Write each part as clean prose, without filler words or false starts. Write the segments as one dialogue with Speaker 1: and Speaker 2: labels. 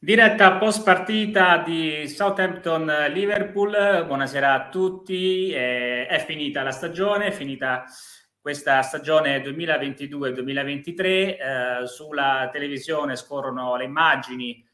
Speaker 1: Diretta post partita di Southampton-Liverpool, buonasera a tutti, è finita la stagione, è finita questa stagione 2022-2023, sulla televisione scorrono le immagini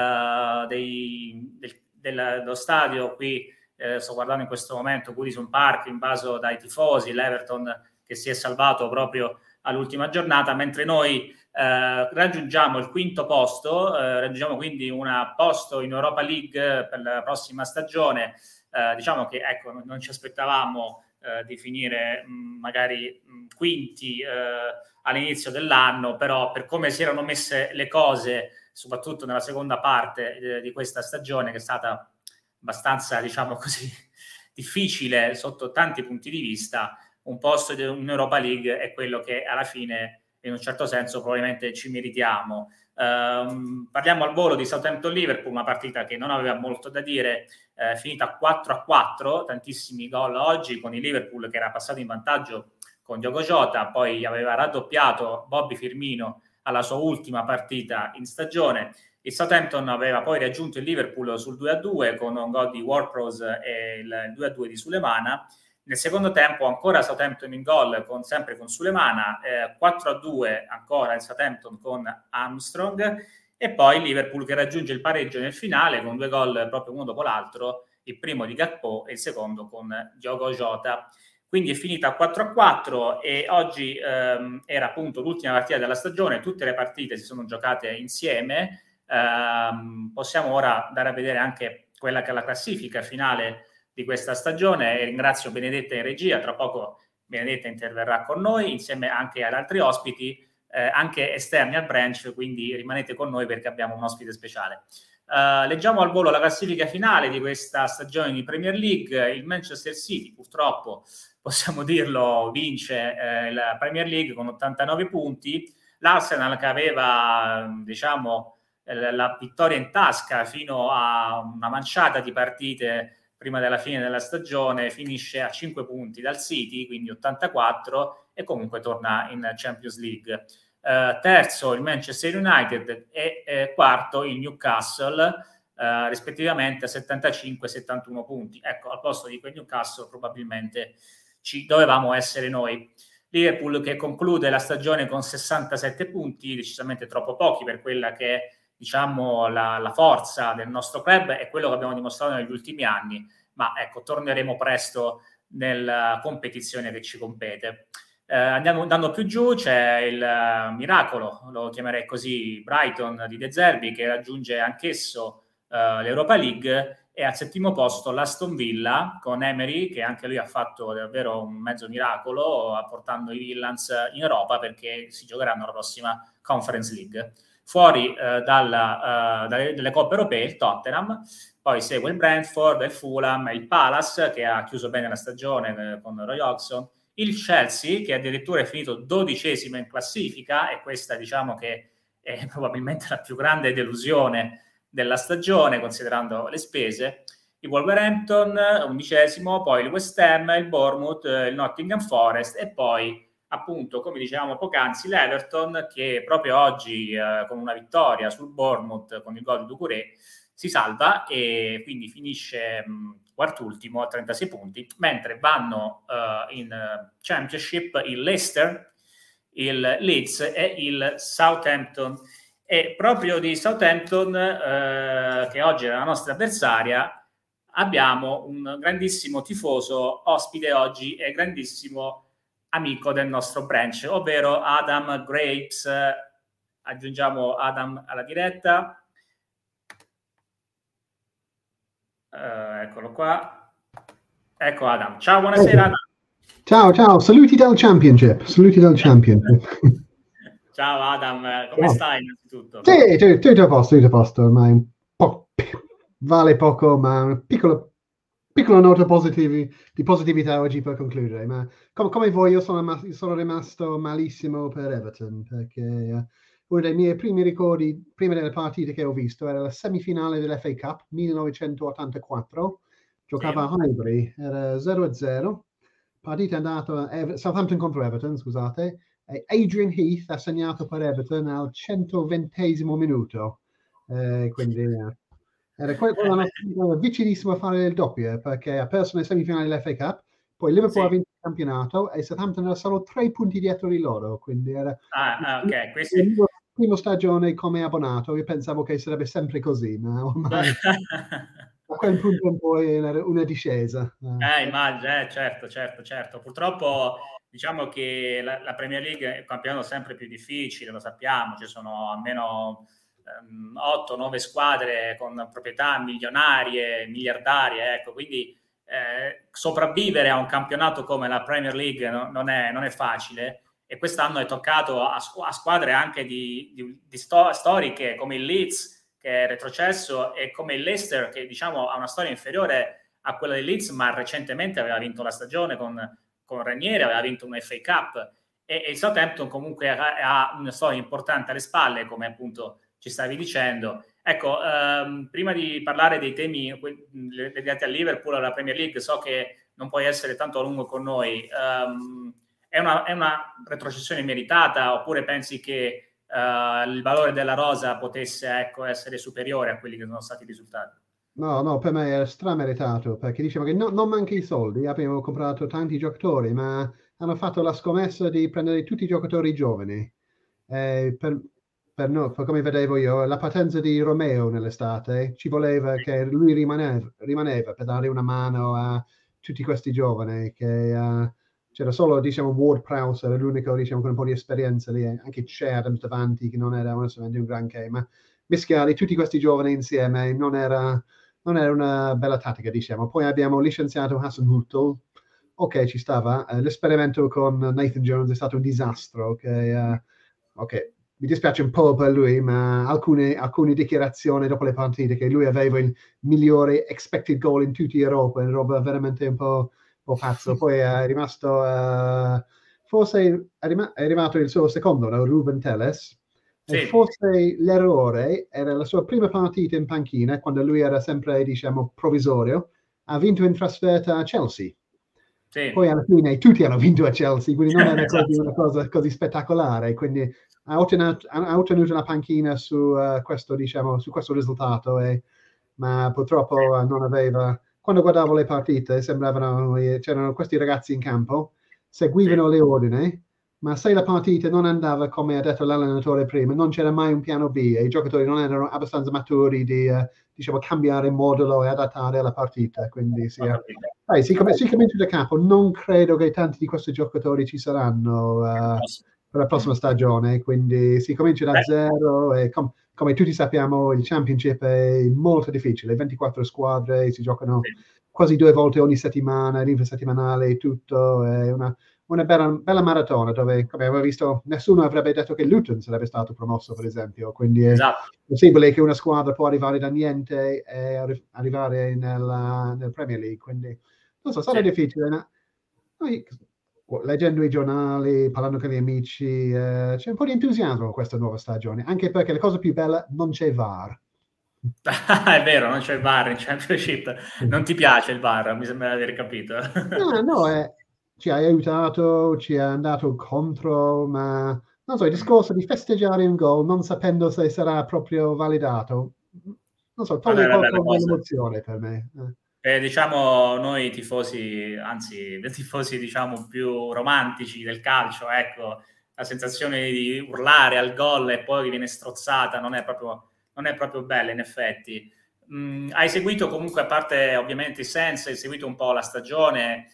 Speaker 1: dello stadio qui, sto guardando in questo momento Goodison Park invaso dai tifosi, l'Everton che si è salvato proprio all'ultima giornata, mentre noi raggiungiamo il quinto posto, raggiungiamo quindi un posto in Europa League per la prossima stagione. Diciamo che ecco, non ci aspettavamo di finire magari quinti all'inizio dell'anno, però per come si erano messe le cose, soprattutto nella seconda parte di questa stagione, che è stata abbastanza, diciamo così, difficile sotto tanti punti di vista, un posto in Europa League è quello che alla fine in un certo senso probabilmente ci meritiamo. Parliamo al volo di Southampton-Liverpool, una partita che non aveva molto da dire, finita 4-4, tantissimi gol oggi, con il Liverpool che era passato in vantaggio con Diogo Jota, poi aveva raddoppiato Bobby Firmino alla sua ultima partita in stagione. Il Southampton aveva poi raggiunto il Liverpool sul 2-2 con un gol di Ward-Prowse e il 2-2 di Sulemana. Nel secondo tempo ancora Southampton in gol sempre con Sulemana, 4-2 ancora il Southampton con Armstrong, e poi Liverpool che raggiunge il pareggio nel finale con due gol proprio uno dopo l'altro, il primo di Gakpo e il secondo con Diogo Jota. Quindi è finita 4-4 e oggi era appunto l'ultima partita della stagione, tutte le partite si sono giocate insieme. Possiamo ora andare a vedere anche quella che è la classifica finale di questa stagione e ringrazio Benedetta in regia. Tra poco Benedetta interverrà con noi insieme anche ad altri ospiti, anche esterni al branch, quindi rimanete con noi perché abbiamo un ospite speciale. Leggiamo al volo la classifica finale di questa stagione di Premier League. Il Manchester City, purtroppo possiamo dirlo, vince la Premier League con 89 punti. L'Arsenal, che aveva diciamo la vittoria in tasca fino a una manciata di partite prima della fine della stagione, finisce a 5 punti dal City, quindi 84, e comunque torna in Champions League. Terzo il Manchester United e quarto il Newcastle, rispettivamente a 75 e 71 punti. Ecco, al posto di quel Newcastle probabilmente ci dovevamo essere noi. Liverpool che conclude la stagione con 67 punti, decisamente troppo pochi per quella che è diciamo la forza del nostro club è quello che abbiamo dimostrato negli ultimi anni, ma ecco, torneremo presto nella competizione che ci compete. Andando più giù c'è il miracolo, lo chiamerei così, Brighton di De Zerbi, che raggiunge anch'esso l'Europa League, e al settimo posto l'Aston Villa con Emery, che anche lui ha fatto davvero un mezzo miracolo portando i Villans in Europa, perché si giocheranno la prossima Conference League. Fuori dalle coppe europee il Tottenham, poi segue il Brentford, il Fulham, il Palace che ha chiuso bene la stagione con Roy Hodgson, il Chelsea che addirittura è finito 12esimo in classifica, e questa diciamo che è probabilmente la più grande delusione della stagione considerando le spese, il Wolverhampton 11esimo, poi il West Ham, il Bournemouth, il Nottingham Forest e poi appunto, come dicevamo poc'anzi, l'Everton che proprio oggi con una vittoria sul Bournemouth con il gol di Doucouré si salva e quindi finisce quart'ultimo a 36 punti, mentre vanno in Championship il Leicester, il Leeds e il Southampton. E proprio di Southampton, che oggi è la nostra avversaria, abbiamo un grandissimo tifoso ospite oggi e grandissimo amico del nostro branch, ovvero Adam Graves. Aggiungiamo Adam alla diretta. Eccolo qua. Ecco Adam. Ciao, buonasera Adam.
Speaker 2: Ciao, saluti dal Championship.
Speaker 1: Ciao Adam, come stai innanzitutto?
Speaker 2: Sì, tutto a posto, ormai vale poco, ma una piccola nota di positività oggi per concludere. Ma come voi, io sono rimasto malissimo per Everton, perché uno dei miei primi ricordi, prima delle partite che ho visto, era la semifinale dell'FA Cup 1984, giocava a Highbury, era 0-0, partita andata Southampton contro Everton, scusate. Adrian Heath ha segnato per Everton al 120esimo minuto. quindi era quell'anno vicinissimo a fare il doppio, perché ha perso le semifinali dell'FA Cup, poi Liverpool ha
Speaker 1: Sì.
Speaker 2: vinto il campionato e Southampton era solo 3 punti dietro di loro, quindi era
Speaker 1: Ok,
Speaker 2: il
Speaker 1: questi...
Speaker 2: mio primo stagione come abbonato. Io pensavo che sarebbe sempre così, ma ormai a quel punto in poi era una discesa.
Speaker 1: Immagino, certo, certo, certo. Purtroppo diciamo che la Premier League è un campionato sempre più difficile, lo sappiamo, ci sono almeno 8-9 squadre con proprietà milionarie, miliardarie, ecco, quindi sopravvivere a un campionato come la Premier League non è facile, e quest'anno è toccato a squadre anche di storiche come il Leeds, che è retrocesso, e come il Leicester, che diciamo ha una storia inferiore a quella del Leeds, ma recentemente aveva vinto la stagione con Ranieri, aveva vinto un FA Cup, e il Southampton comunque ha una storia importante alle spalle, come appunto ci stavi dicendo. Ecco, prima di parlare dei temi legati al Liverpool, alla Premier League, so che non puoi essere tanto a lungo con noi. È una retrocessione meritata, oppure pensi che il valore della rosa potesse, ecco, essere superiore a quelli che sono stati i risultati?
Speaker 2: No, per me è strameritato, perché diciamo che non manca i soldi, abbiamo comprato tanti giocatori, ma hanno fatto la scommessa di prendere tutti i giocatori giovani. Per come vedevo io, la partenza di Romeo nell'estate ci voleva che lui rimaneva per dare una mano a tutti questi giovani, c'era solo, diciamo, Ward-Prowse, era l'unico, diciamo, con un po' di esperienza lì, anche c'è Adams davanti, che non era onestamente un granché, ma mischiare tutti questi giovani insieme non era una bella tattica, diciamo. Poi abbiamo licenziato Hassan Huttel. Ok, ci stava. L'esperimento con Nathan Jones è stato un disastro. Ok, mi dispiace un po' per lui, ma alcune dichiarazioni dopo le partite che lui aveva il migliore expected goal in tutta Europa, è roba veramente un po' pazzo. Poi è rimasto, forse è arrivato il suo secondo, no? Ruben Telles, e
Speaker 1: Sì,
Speaker 2: forse l'errore era la sua prima partita in panchina, quando lui era sempre, diciamo, provvisorio. Ha vinto in trasferta a Chelsea. Poi
Speaker 1: sì.
Speaker 2: alla fine tutti hanno vinto a Chelsea, quindi non era così
Speaker 1: Esatto.
Speaker 2: una cosa così spettacolare. Quindi ha ottenuto una panchina questo, diciamo, su questo risultato, ma purtroppo non aveva... Quando guardavo le partite c'erano questi ragazzi in campo,
Speaker 1: Sì,
Speaker 2: seguivano le ordini, ma se la partita non andava come ha detto l'allenatore prima, non c'era mai un piano B e i giocatori non erano abbastanza maturi di, diciamo, cambiare modulo e adattare alla partita. Quindi
Speaker 1: ho capito.
Speaker 2: si comincia da capo. Non credo che tanti di questi giocatori ci saranno per la prossima
Speaker 1: Mm.
Speaker 2: stagione, quindi si comincia da
Speaker 1: Beh,
Speaker 2: zero e come tutti sappiamo il Championship è molto difficile, 24 squadre, si giocano
Speaker 1: sì.
Speaker 2: quasi 2 volte ogni settimana, l'infrasettimanale e tutto, è una bella maratona dove, come avevo visto, nessuno avrebbe detto che Luton sarebbe stato promosso, per esempio, quindi è
Speaker 1: Esatto.
Speaker 2: possibile che una squadra può arrivare da niente e arrivare nel Premier League, quindi non so, sarà
Speaker 1: Sì.
Speaker 2: difficile, ma noi, leggendo i giornali, parlando con gli amici, c'è un po' di entusiasmo in questa nuova stagione, anche perché la cosa più bella, non c'è VAR.
Speaker 1: È vero, non c'è il VAR in Championship. Non ti piace il VAR, mi sembra di aver capito.
Speaker 2: No, no, ci ha aiutato, ci è andato contro, ma non so, il
Speaker 1: Mm.
Speaker 2: discorso di festeggiare un gol non sapendo se sarà proprio validato, non so,
Speaker 1: Non è
Speaker 2: toglie
Speaker 1: una bella
Speaker 2: qualcosa
Speaker 1: cosa.
Speaker 2: dell'emozione per me.
Speaker 1: Diciamo noi tifosi, anzi, dei tifosi diciamo più romantici del calcio, ecco, la sensazione di urlare al gol e poi viene strozzata non è proprio bella, in effetti. Hai seguito comunque, a parte ovviamente il Sense, hai seguito un po' la stagione,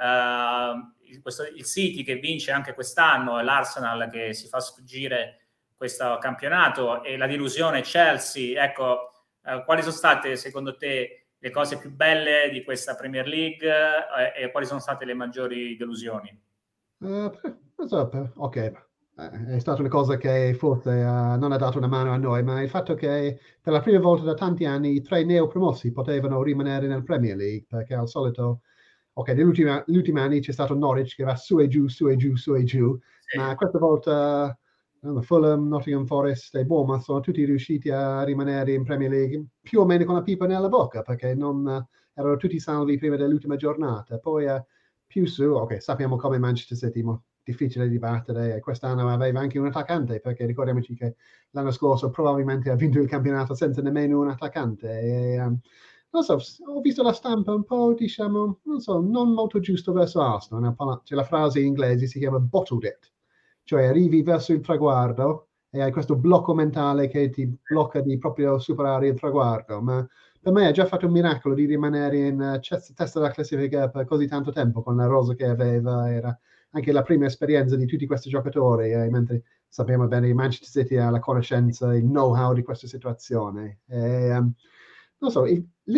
Speaker 1: il City che vince anche quest'anno e l'Arsenal che si fa sfuggire questo campionato, e la delusione Chelsea. Ecco, quali sono state secondo te le cose più belle di questa Premier League, e quali sono state le maggiori delusioni?
Speaker 2: Non so, ok, è stata una cosa che forse non ha dato una mano a noi, ma il fatto che per la prima volta da tanti anni i 3 neopromossi potevano rimanere nel Premier League, perché al solito, ok, negli ultimi anni c'è stato Norwich che va su e giù, su e giù, su e giù,
Speaker 1: Sì,
Speaker 2: ma questa volta Fulham, Nottingham Forest e Bournemouth sono tutti riusciti a rimanere in Premier League più o meno con la pipa nella bocca, perché non erano tutti salvi prima dell'ultima giornata. Poi più su, ok, sappiamo come Manchester City difficile di battere, e quest'anno aveva anche un attaccante, perché ricordiamoci che l'anno scorso probabilmente ha vinto il campionato senza nemmeno un attaccante. E, non so, ho visto la stampa un po', diciamo, non so, non molto giusto verso Arsenal. C'è la frase in inglese, si chiama bottled it, cioè arrivi verso il traguardo e hai questo blocco mentale che ti blocca di proprio superare il traguardo. Ma per me ha già fatto un miracolo di rimanere in testa della classifica per così tanto tempo, con la rosa che aveva. Era anche la prima esperienza di tutti questi giocatori, mentre sappiamo bene che Manchester City ha la conoscenza, il know-how di questa situazione. Non so,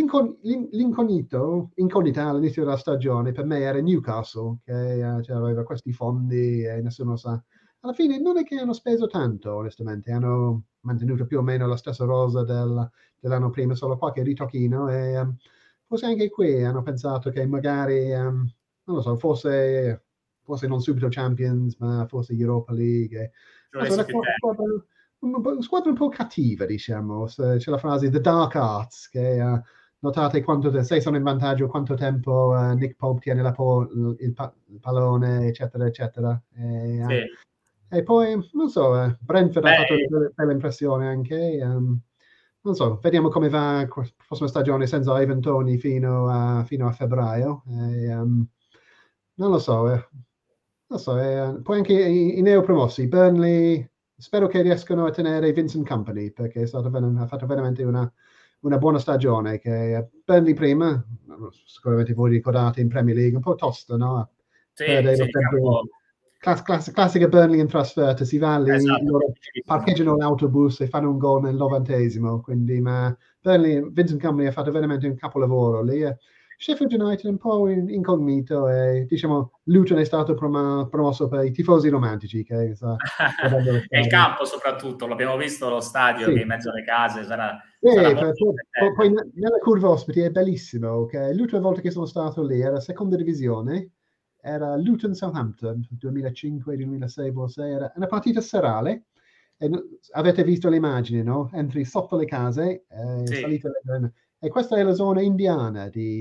Speaker 2: l'incognita all'inizio della stagione per me era Newcastle, che aveva questi fondi e nessuno sa. Alla fine non è che hanno speso tanto, onestamente, hanno mantenuto più o meno la stessa rosa dell'anno prima, solo qualche ritocchino, e forse anche qui hanno pensato che magari, non lo so, forse non subito Champions, ma forse Europa League. Non so, una squadra un po' cattiva, diciamo. C'è la frase The Dark Arts, che notate se sono in vantaggio, quanto tempo Nick Pope tiene il pallone, eccetera, eccetera.
Speaker 1: Sì.
Speaker 2: E poi, non so, Brentford ha fatto una bella impressione anche. Non so, vediamo come va la prossima stagione senza Ivan Toney fino a febbraio. Non lo so. Non so, poi anche i neopromossi, Burnley, spero che riescano a tenere Vincent Kompany, perché ha fatto veramente una buona stagione. Che Burnley prima, sicuramente voi ricordate in Premier League, un po' tosto, no?
Speaker 1: Sì,
Speaker 2: Perdeva sempre classica Burnley in trasferta, si va lì,
Speaker 1: esatto,
Speaker 2: loro parcheggiano l'autobus e fanno un gol nel 90esimo, quindi, ma Burnley, Vincent Kompany ha fatto veramente un capolavoro lì. Sheffield United un po' incognito, e diciamo Luton è stato promosso per i tifosi romantici, che
Speaker 1: e il campo soprattutto, l'abbiamo visto lo stadio,
Speaker 2: sì,
Speaker 1: che è in mezzo alle case sarà
Speaker 2: poi nella curva ospiti è bellissimo, okay? L'ultima volta che sono stato lì era seconda divisione, era Luton Southampton 2005-2006, forse era una partita serale, e avete visto le immagini, no? Entri sotto le case,
Speaker 1: sì.
Speaker 2: salite e questa è la zona indiana di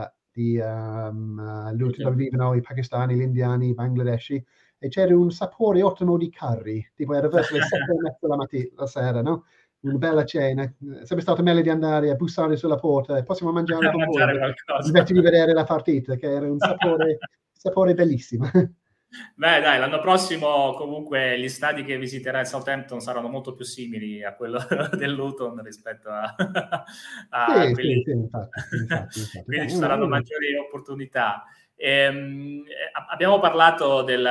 Speaker 2: Luton, dove vivono i pakistani, gli indiani, i bangladeshi, e c'era un sapore ottimo di curry, tipo era verso le 7:30 la sera, no? Una bella cena. Sarebbe stato meglio di andare a bussare sulla porta e possiamo mangiare con voi, invece di vedere la partita, che era un sapore bellissimo.
Speaker 1: Beh, dai, l'anno prossimo comunque gli stadi che visiterai Southampton saranno molto più simili a quello del Luton rispetto a quelli.
Speaker 2: Sì, infatti.
Speaker 1: Quindi ci saranno maggiori opportunità. Abbiamo parlato del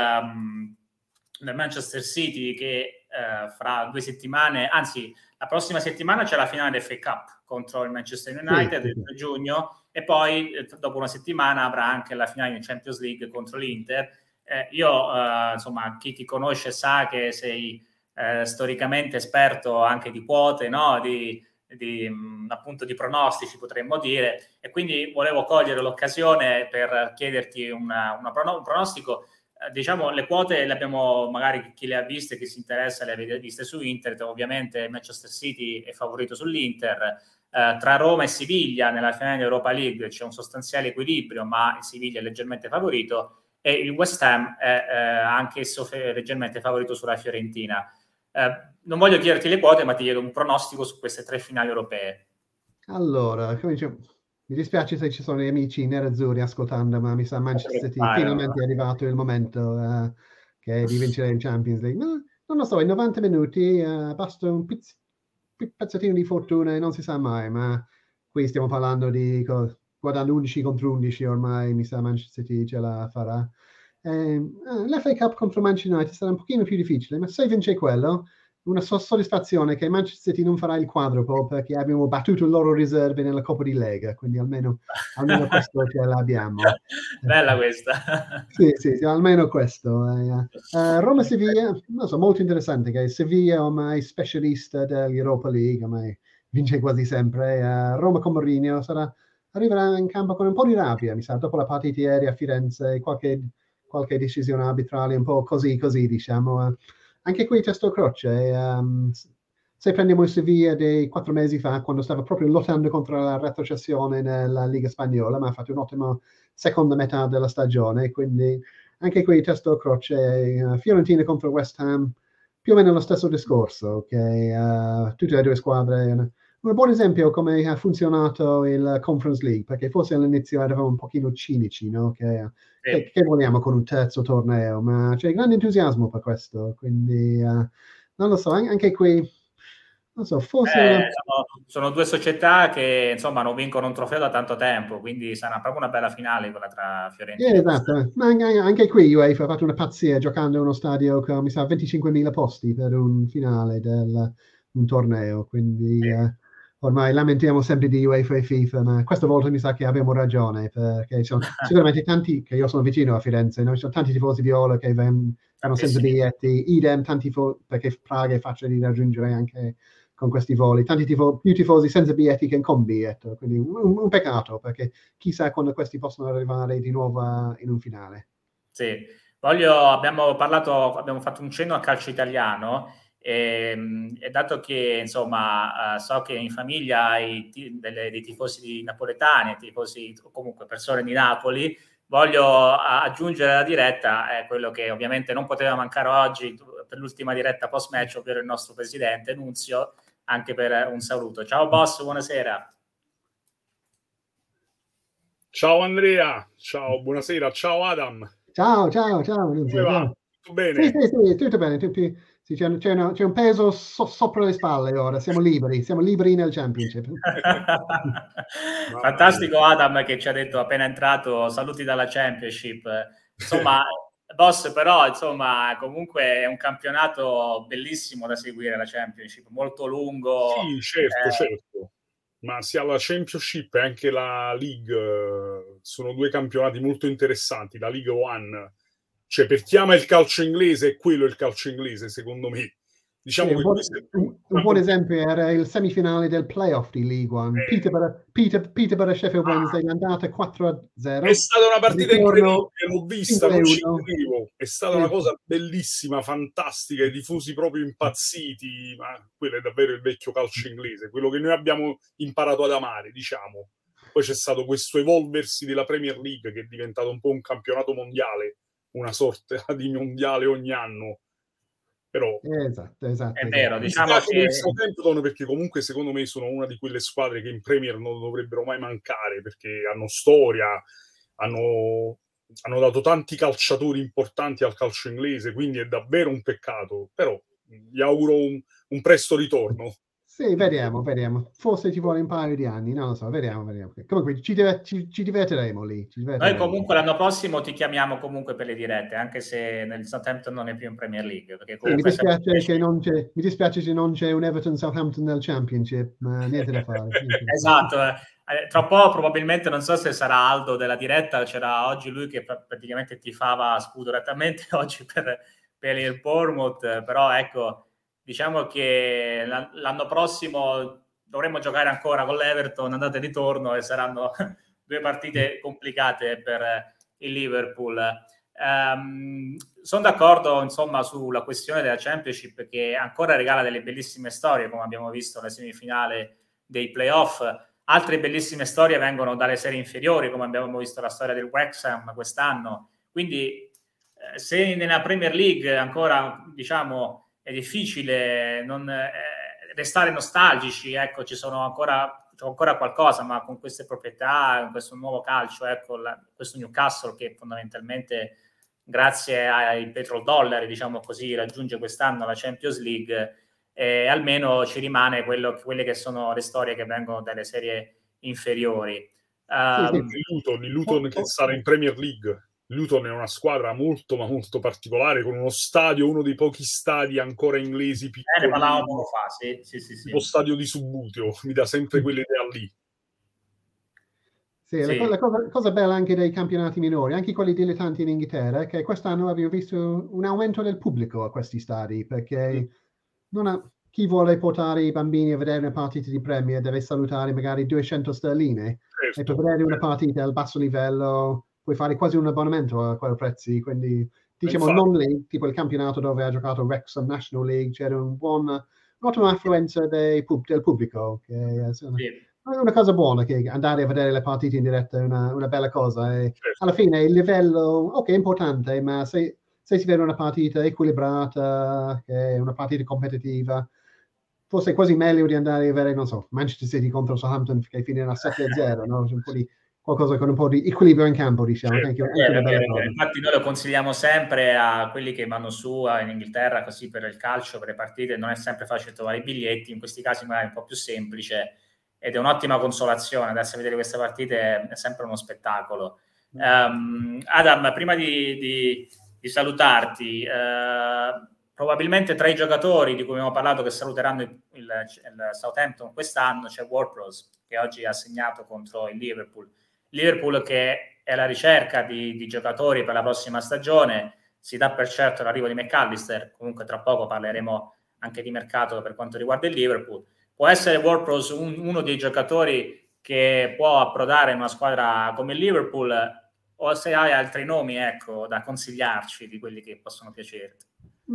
Speaker 1: Manchester City che fra 2 settimane, anzi la prossima settimana c'è la finale del FA Cup contro il Manchester United il 2 giugno, e poi dopo una settimana avrà anche la finale in Champions League contro l'Inter. Io, insomma, chi ti conosce sa che sei storicamente esperto anche di quote, no? Appunto di pronostici, potremmo dire, e quindi volevo cogliere l'occasione per chiederti un pronostico. Diciamo, le quote le abbiamo, magari chi le ha viste, chi si interessa, le avete viste su internet. Ovviamente Manchester City è favorito sull'Inter. Tra Roma e Siviglia nella finale di Europa League c'è un sostanziale equilibrio, ma il Siviglia è leggermente favorito, e il West Ham è anch'esso leggermente favorito sulla Fiorentina. Non voglio chiederti le quote, ma ti chiedo un pronostico su queste 3 finali europee.
Speaker 2: Allora, come dicevo, mi dispiace se ci sono gli amici nerazzurri ascoltando, ma mi sa Manchester City finalmente è arrivato il momento che di vincere il Champions League. Ma non lo so, in 90 minuti basta un pezzettino di fortuna e non si sa mai, ma qui stiamo parlando di guardando 11 contro 11 ormai, mi sa Manchester City ce la farà. L'FA Cup contro Manchester United sarà un pochino più difficile, ma se vince quello, una soddisfazione che Manchester City non farà il quadruplo, perché abbiamo battuto le loro riserve nella Coppa di Lega, quindi almeno questo ce l'abbiamo.
Speaker 1: Bella questa.
Speaker 2: Sì, almeno questo. Roma-Sevilla, non so, molto interessante, che Sevilla ormai specialista dell'Europa League, ormai vince quasi sempre. Roma con Mourinho arriverà in campo con un po' di rabbia, mi sa, dopo la partita ieri a Firenze, qualche decisione arbitrale un po' così, diciamo. Anche qui testo croce. Se prendiamo il Sevilla dei 4 mesi fa, quando stava proprio lottando contro la retrocessione nella Liga Spagnola, ma ha fatto un'ottima seconda metà della stagione, quindi anche qui testo croce, Fiorentina contro West Ham, più o meno lo stesso discorso, che tutte le due squadre. Un buon esempio come ha funzionato il Conference League, perché forse all'inizio eravamo un pochino cinici, no? Che vogliamo con un terzo torneo, ma c'è grande entusiasmo per questo, quindi non lo so, anche qui, non so, forse...
Speaker 1: sono due società che insomma non vincono un trofeo da tanto tempo, quindi sarà proprio una bella finale quella tra Fiorentina e
Speaker 2: esatto, ma anche qui UEFA ha fatto una pazzia giocando in uno stadio con, mi sa, 25.000 posti per un finale un torneo, quindi ormai lamentiamo sempre di UEFA e FIFA, ma questa volta mi sa che abbiamo ragione, perché sono sicuramente tanti, che io sono vicino a Firenze, no? Ci sono tanti tifosi viola che vanno senza biglietti, idem, perché Praga è facile di raggiungere anche con questi voli, più tifosi senza biglietti che con biglietto, quindi un peccato, perché chissà quando questi possono arrivare di nuovo in un finale.
Speaker 1: Sì, abbiamo fatto un cenno al calcio italiano e dato che insomma so che in famiglia hai dei tifosi napoletani, tifosi o comunque persone di Napoli, voglio aggiungere alla diretta quello che ovviamente non poteva mancare oggi per l'ultima diretta post match, ovvero il nostro presidente Nunzio, anche per un saluto. Ciao boss, buonasera.
Speaker 3: Ciao Andrea, ciao, buonasera, ciao Adam.
Speaker 2: Ciao Nunzio, ciao.
Speaker 3: Tutto bene?
Speaker 2: Sì, tutto bene. Sì, c'è un peso sopra le spalle ora, siamo liberi nel Championship.
Speaker 1: Fantastico Adam che ci ha detto appena entrato, saluti dalla Championship. Insomma, boss, però insomma comunque è un campionato bellissimo da seguire, la Championship, molto lungo.
Speaker 3: Sì, certo. Ma sia la Championship e anche la League sono due campionati molto interessanti. La League One, cioè per chi ama il calcio inglese, è quello il calcio inglese, secondo me. Diciamo
Speaker 2: sì, un buon esempio era il semifinale del playoff di League One. Peterborough Sheffield Wednesday è andata 4-0.
Speaker 3: È stata una partita incredibile, l'ho vista, non ci credevo. È stata una cosa bellissima, fantastica, i tifosi proprio impazziti, ma quello è davvero il vecchio calcio inglese, quello che noi abbiamo imparato ad amare, diciamo. Poi c'è stato questo evolversi della Premier League che è diventato un po' un campionato mondiale, una sorta di mondiale ogni anno. Però
Speaker 2: esatto.
Speaker 1: È vero, diciamo
Speaker 3: che Southampton, perché comunque secondo me sono una di quelle squadre che in Premier non dovrebbero mai mancare, perché hanno storia, hanno dato tanti calciatori importanti al calcio inglese, quindi è davvero un peccato, però gli auguro un presto ritorno.
Speaker 2: Sì, vediamo. Forse ci vuole un paio di anni, non lo so, vediamo. Comunque ci divertiremo lì.
Speaker 1: Noi comunque l'anno prossimo ti chiamiamo comunque per le dirette, anche se nel Southampton non è più in Premier League. Perché comunque
Speaker 2: mi dispiace se non c'è un Everton Southampton nel Championship, ma niente da fare.
Speaker 1: Esatto. Tra poco probabilmente, non so se sarà Aldo della diretta, c'era oggi lui che praticamente tifava spudoratamente oggi per il Bournemouth, però ecco, diciamo che l'anno prossimo dovremmo giocare ancora con l'Everton, andata e ritorno, e saranno due partite complicate per il Liverpool. Sono d'accordo insomma sulla questione della Championship, che ancora regala delle bellissime storie, come abbiamo visto nella semifinale dei playoff. Altre bellissime storie vengono dalle serie inferiori, come abbiamo visto la storia del Wrexham quest'anno. Quindi se nella Premier League ancora diciamo è difficile non restare nostalgici, ecco, c'è ancora qualcosa, ma con queste proprietà, con questo nuovo calcio, ecco, questo Newcastle che fondamentalmente grazie ai petrodollari, diciamo così, raggiunge quest'anno la Champions League, almeno ci rimane quelle che sono le storie che vengono dalle serie inferiori.
Speaker 3: Il Luton che sarà in Premier League. Luton è una squadra molto ma molto particolare, con uno stadio, uno dei pochi stadi ancora inglesi piccoli.
Speaker 1: Ne parlavamo poco fa, sì.
Speaker 3: Tipo stadio di Subbuteo, mi dà sempre quell'idea lì.
Speaker 2: Sì. La cosa bella anche dei campionati minori, anche quelli dilettanti in Inghilterra, è che quest'anno abbiamo visto un aumento del pubblico a questi stadi, perché chi vuole portare i bambini a vedere una partita di Premier deve salutare magari 200 sterline, e per vedere una partita al basso livello puoi fare quasi un abbonamento a quei prezzi, quindi diciamo non lì, tipo il campionato dove ha giocato Wrexham National League, c'era un'ottima affluenza del pubblico, che è una cosa buona che andare a vedere le partite in diretta è una bella cosa. E
Speaker 3: Certo.
Speaker 2: alla fine il livello, ok, è importante, ma se si vede una partita equilibrata, che è una partita competitiva, forse è quasi meglio di andare a vedere, non so, Manchester City contro Southampton che finirà 7-0, no? Un po' di qualcosa con un po' di equilibrio in campo, diciamo,
Speaker 1: Sì,
Speaker 2: anche
Speaker 1: è
Speaker 2: una
Speaker 1: vero,
Speaker 2: bella
Speaker 1: è vero.
Speaker 2: cosa.
Speaker 1: Infatti noi lo consigliamo sempre a quelli che vanno su in Inghilterra, così per il calcio, per le partite, non è sempre facile trovare i biglietti, in questi casi magari è un po' più semplice ed è un'ottima consolazione, andarsi a vedere queste partite è sempre uno spettacolo. Adam, prima di salutarti, probabilmente tra i giocatori di cui abbiamo parlato che saluteranno il Southampton quest'anno c'è Ward-Prowse, che oggi ha segnato contro il Liverpool che è alla ricerca di giocatori per la prossima stagione. Si dà per certo l'arrivo di McAllister, comunque tra poco parleremo anche di mercato per quanto riguarda il Liverpool. Può essere Ward-Prowse uno dei giocatori che può approdare in una squadra come il Liverpool, o se hai altri nomi, ecco, da consigliarci di quelli che possono piacerti?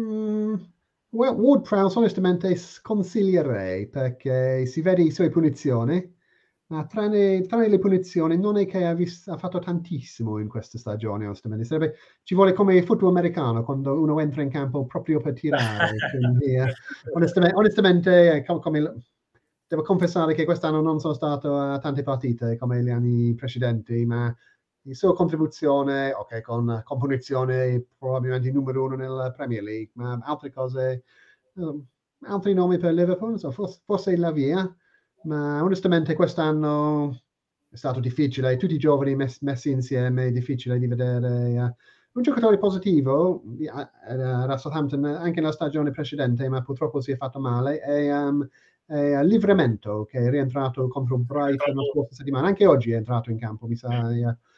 Speaker 2: Ward-Prowse onestamente sconsiglierei perché si vede i suoi punizioni, ma tranne le punizioni non è che ha fatto tantissimo in questa stagione, onestamente. Ci vuole come il football americano, quando uno entra in campo proprio per tirare. Quindi, onestamente devo confessare che quest'anno non sono stato a tante partite come gli anni precedenti, ma la sua contribuzione, ok, con punizione probabilmente il numero 1 nella Premier League, ma altre cose, altri nomi per Liverpool, non so, forse la via, ma onestamente quest'anno è stato difficile, tutti i giovani messi insieme, è difficile di vedere. Un giocatore positivo era Southampton anche nella stagione precedente, ma purtroppo si è fatto male, è Livramento, che è rientrato contro Brighton la scorsa settimana, anche oggi è entrato in campo, mi sa,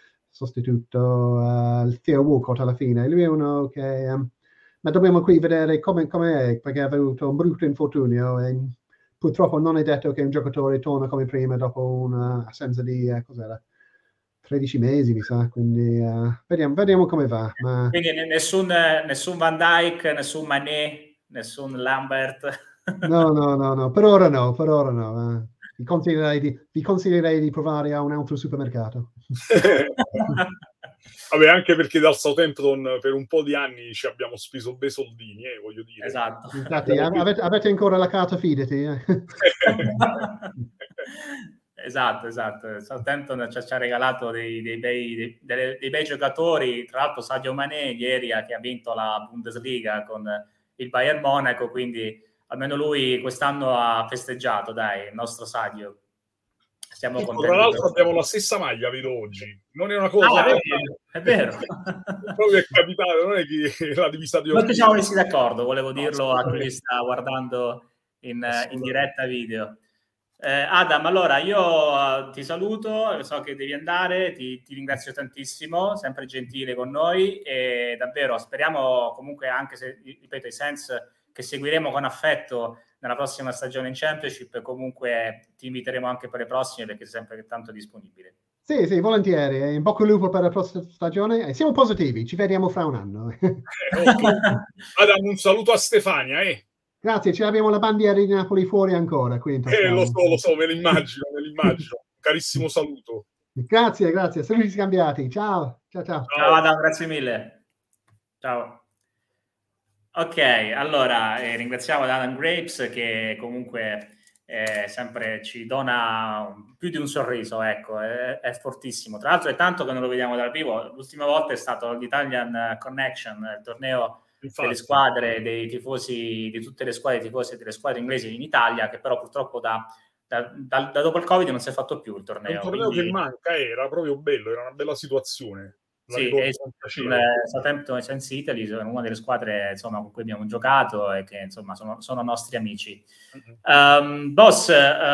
Speaker 2: sostituto Theo Walcott alla fine. Lui è uno che ma dobbiamo qui vedere come è, perché ha avuto un brutto infortunio e purtroppo non è detto che un giocatore torna come prima dopo un'assenza di cos'era? 13 mesi, mi sa, quindi vediamo come va. Ma
Speaker 1: Quindi nessun Van Dijk, nessun Mané, nessun Lambert.
Speaker 2: no, per ora no. Vi consiglierei di provare a un altro supermercato.
Speaker 3: Vabbè, anche perché dal Southampton per un po' di anni ci abbiamo speso bei soldini, voglio dire.
Speaker 1: Esatto.
Speaker 2: Infatti, avete ancora la carta Fidati?
Speaker 1: Esatto. Southampton ci ha regalato dei bei giocatori, tra l'altro Sadio Mané ieri che ha vinto la Bundesliga con il Bayern Monaco, quindi almeno lui quest'anno ha festeggiato, dai, il nostro Sadio. Siamo contenti.
Speaker 3: Tra l'altro abbiamo la stessa maglia, vedo oggi. Non è una cosa...
Speaker 1: è vero.
Speaker 3: Proprio è capitato, non è che la divisa di
Speaker 1: non ci siamo messi d'accordo, volevo dirlo a chi sta guardando in diretta video. Adam, allora io ti saluto, so che devi andare, ti ringrazio tantissimo, sempre gentile con noi e davvero speriamo comunque, anche se ripeto i Saints che seguiremo con affetto nella prossima stagione in Championship, comunque ti inviteremo anche per le prossime perché sei sempre tanto disponibile.
Speaker 2: Sì, volentieri. In bocca al lupo per la prossima stagione. Siamo positivi, ci vediamo fra un anno.
Speaker 3: Okay. Adam, un saluto a Stefania.
Speaker 2: Grazie, ce l'abbiamo la bandiera di Napoli fuori ancora qui in Toscana.
Speaker 3: Lo so, me l'immagino. Carissimo saluto.
Speaker 2: Grazie, saluti scambiati. Ciao.
Speaker 1: Ciao Adam, grazie mille. Ciao. Ok, allora ringraziamo Adam Grapes che comunque sempre ci dona più di un sorriso, ecco, è fortissimo. Tra l'altro è tanto che non lo vediamo dal vivo. L'ultima volta è stato l'Italian Connection, il torneo delle squadre, dei tifosi, di tutte le squadre tifosi delle squadre inglesi in Italia, che però purtroppo da dopo il Covid non si è fatto più il torneo.
Speaker 3: È un torneo che manca, era proprio bello, era una bella situazione.
Speaker 1: Sì, Southampton e Saints Italy sono una delle squadre insomma, con cui abbiamo giocato e che insomma sono nostri amici. Boss,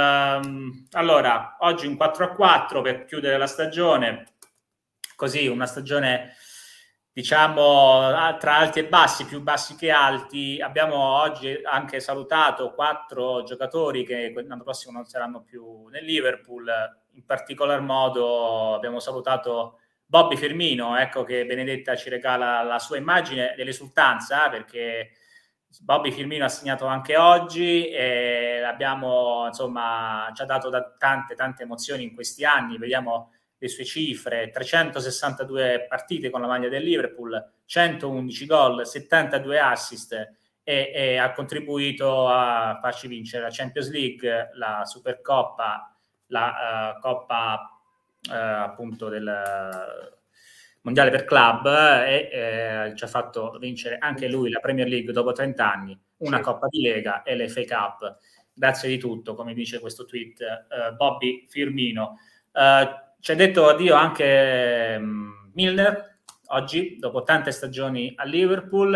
Speaker 1: allora oggi un 4-4 per chiudere la stagione, così una stagione diciamo tra alti e bassi, più bassi che alti. Abbiamo oggi anche salutato 4 giocatori che l'anno prossimo non saranno più nel Liverpool, in particolar modo abbiamo salutato Bobby Firmino, ecco che Benedetta ci regala la sua immagine dell'esultanza, perché Bobby Firmino ha segnato anche oggi e abbiamo, insomma, ci ha dato tante emozioni in questi anni. Vediamo le sue cifre: 362 partite con la maglia del Liverpool, 111 gol, 72 assist e ha contribuito a farci vincere la Champions League, la Supercoppa, la Coppa appunto del Mondiale per club e ci ha fatto vincere anche lui la Premier League dopo 30 anni, una Coppa di Lega e l'FA Cup. Grazie di tutto, come dice questo tweet Bobby Firmino. Ci ha detto addio anche Milner oggi, dopo tante stagioni a Liverpool,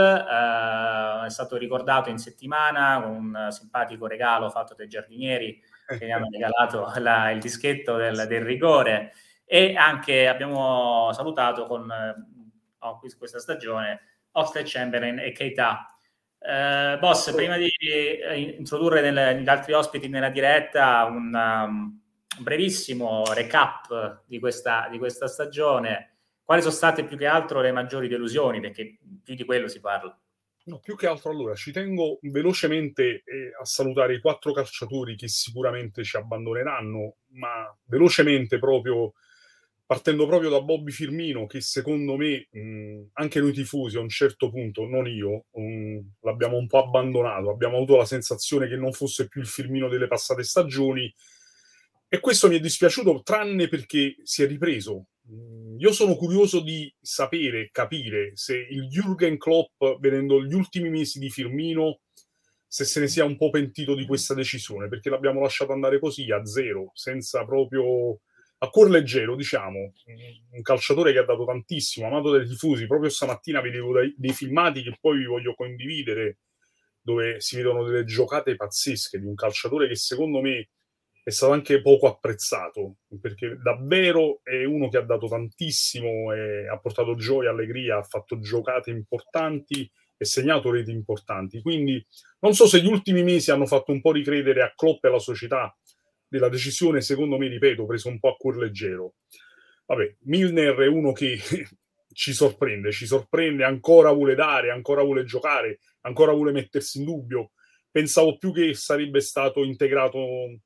Speaker 1: è stato ricordato in settimana con un simpatico regalo fatto dai giardinieri che gli hanno regalato il dischetto del rigore. E anche abbiamo salutato con questa stagione Oxlade-Chamberlain e Keita. Boss, prima di introdurre gli altri ospiti nella diretta un brevissimo recap di questa stagione, quali sono state più che altro le maggiori delusioni, perché più di quello si parla?
Speaker 3: No, più che altro allora ci tengo velocemente a salutare i 4 calciatori che sicuramente ci abbandoneranno, ma velocemente proprio partendo proprio da Bobby Firmino, che secondo me anche noi tifosi a un certo punto, non io, l'abbiamo un po' abbandonato, abbiamo avuto la sensazione che non fosse più il Firmino delle passate stagioni e questo mi è dispiaciuto tranne perché si è ripreso. Io sono curioso di sapere, capire se il Jürgen Klopp, vedendo gli ultimi mesi di Firmino, se se ne sia un po' pentito di questa decisione, perché l'abbiamo lasciato andare così a zero, senza proprio a cuor leggero, diciamo, un calciatore che ha dato tantissimo, amato dai tifosi. Proprio stamattina vedevo dei filmati che poi vi voglio condividere, dove si vedono delle giocate pazzesche di un calciatore che secondo me è stato anche poco apprezzato, perché davvero è uno che ha dato tantissimo e ha portato gioia, allegria, ha fatto giocate importanti e segnato reti importanti. Quindi non so se gli ultimi mesi hanno fatto un po' ricredere a Klopp e alla società della decisione, secondo me, ripeto, preso un po' a cuor leggero. Vabbè, Milner è uno che ci sorprende, ancora vuole dare, ancora vuole giocare, ancora vuole mettersi in dubbio. Pensavo più che sarebbe stato integrato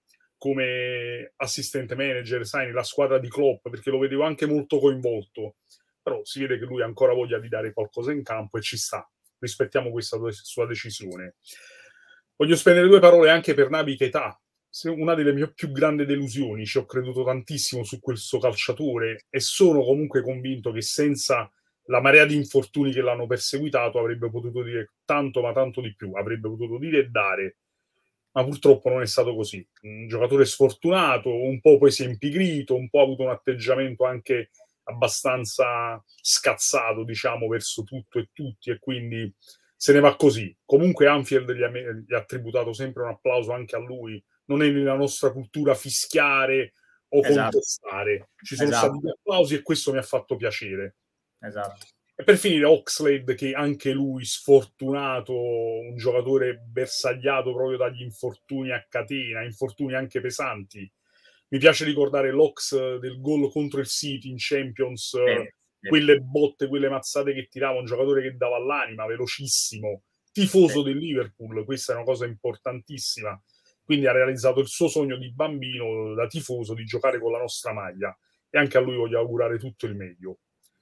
Speaker 3: come assistant manager, sai, nella squadra di Klopp, perché lo vedevo anche molto coinvolto. Però si vede che lui ha ancora voglia di dare qualcosa in campo e ci sta. Rispettiamo questa sua decisione. Voglio spendere 2 parole anche per Naby Keita, una delle mie più grandi delusioni. Ci ho creduto tantissimo su questo calciatore e sono comunque convinto che senza la marea di infortuni che l'hanno perseguitato avrebbe potuto dire tanto, ma tanto di più, avrebbe potuto dire e dare, ma purtroppo non è stato così. Un giocatore sfortunato, un po' poi si è impigrito, un po' ha avuto un atteggiamento anche abbastanza scazzato, diciamo, verso tutto e tutti, e quindi se ne va così. Comunque Anfield gli ha tributato sempre un applauso anche a lui. Non è nella nostra cultura fischiare o contestare. Ci sono stati gli applausi e questo mi ha fatto piacere.
Speaker 1: Esatto.
Speaker 3: E per finire Oxlade, che anche lui sfortunato, un giocatore bersagliato proprio dagli infortuni a catena, infortuni anche pesanti. Mi piace ricordare l'Ox del gol contro il City in Champions, quelle botte, quelle mazzate che tirava, un giocatore che dava l'anima, velocissimo, tifoso del Liverpool, questa è una cosa importantissima. Quindi ha realizzato il suo sogno di bambino, da tifoso, di giocare con la nostra maglia, e anche a lui voglio augurare tutto il meglio.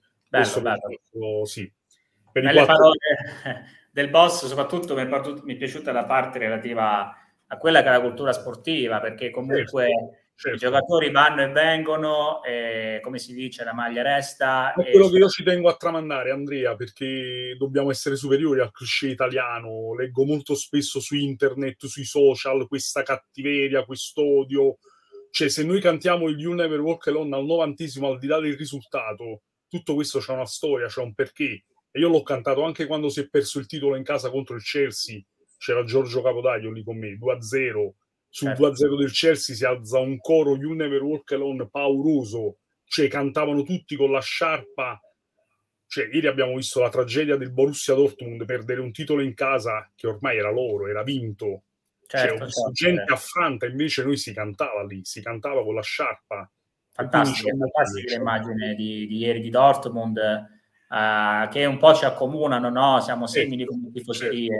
Speaker 1: Bello.
Speaker 3: Sì.
Speaker 1: Per le parole del boss, soprattutto mi è piaciuta la parte relativa a quella che è la cultura sportiva, perché comunque certo. I giocatori vanno e vengono, e come si dice la maglia resta.
Speaker 3: È quello che io ci tengo a tramandare, Andrea, perché dobbiamo essere superiori al cliché italiano. Leggo molto spesso su internet, sui social, questa cattiveria, quest'odio. Cioè, se noi cantiamo il You Never Walk Alone al 90°, al di là del risultato, tutto questo c'è una storia, c'è un perché. E io l'ho cantato anche quando si è perso il titolo in casa contro il Chelsea. C'era Giorgio Capodaglio lì con me, 2-0. Sul 2-0 del Chelsea si alza un coro You Never Walk Alone pauroso. Cioè, cantavano tutti con la sciarpa. Cioè, ieri abbiamo visto la tragedia del Borussia Dortmund, perdere un titolo in casa che ormai era loro, era vinto. Cioè, ho visto gente affranta, invece noi si cantava lì, si cantava con la sciarpa.
Speaker 1: Fantastica l'immagine di ieri di Dortmund, che un po' ci accomunano, no? Siamo simili come tifoserie.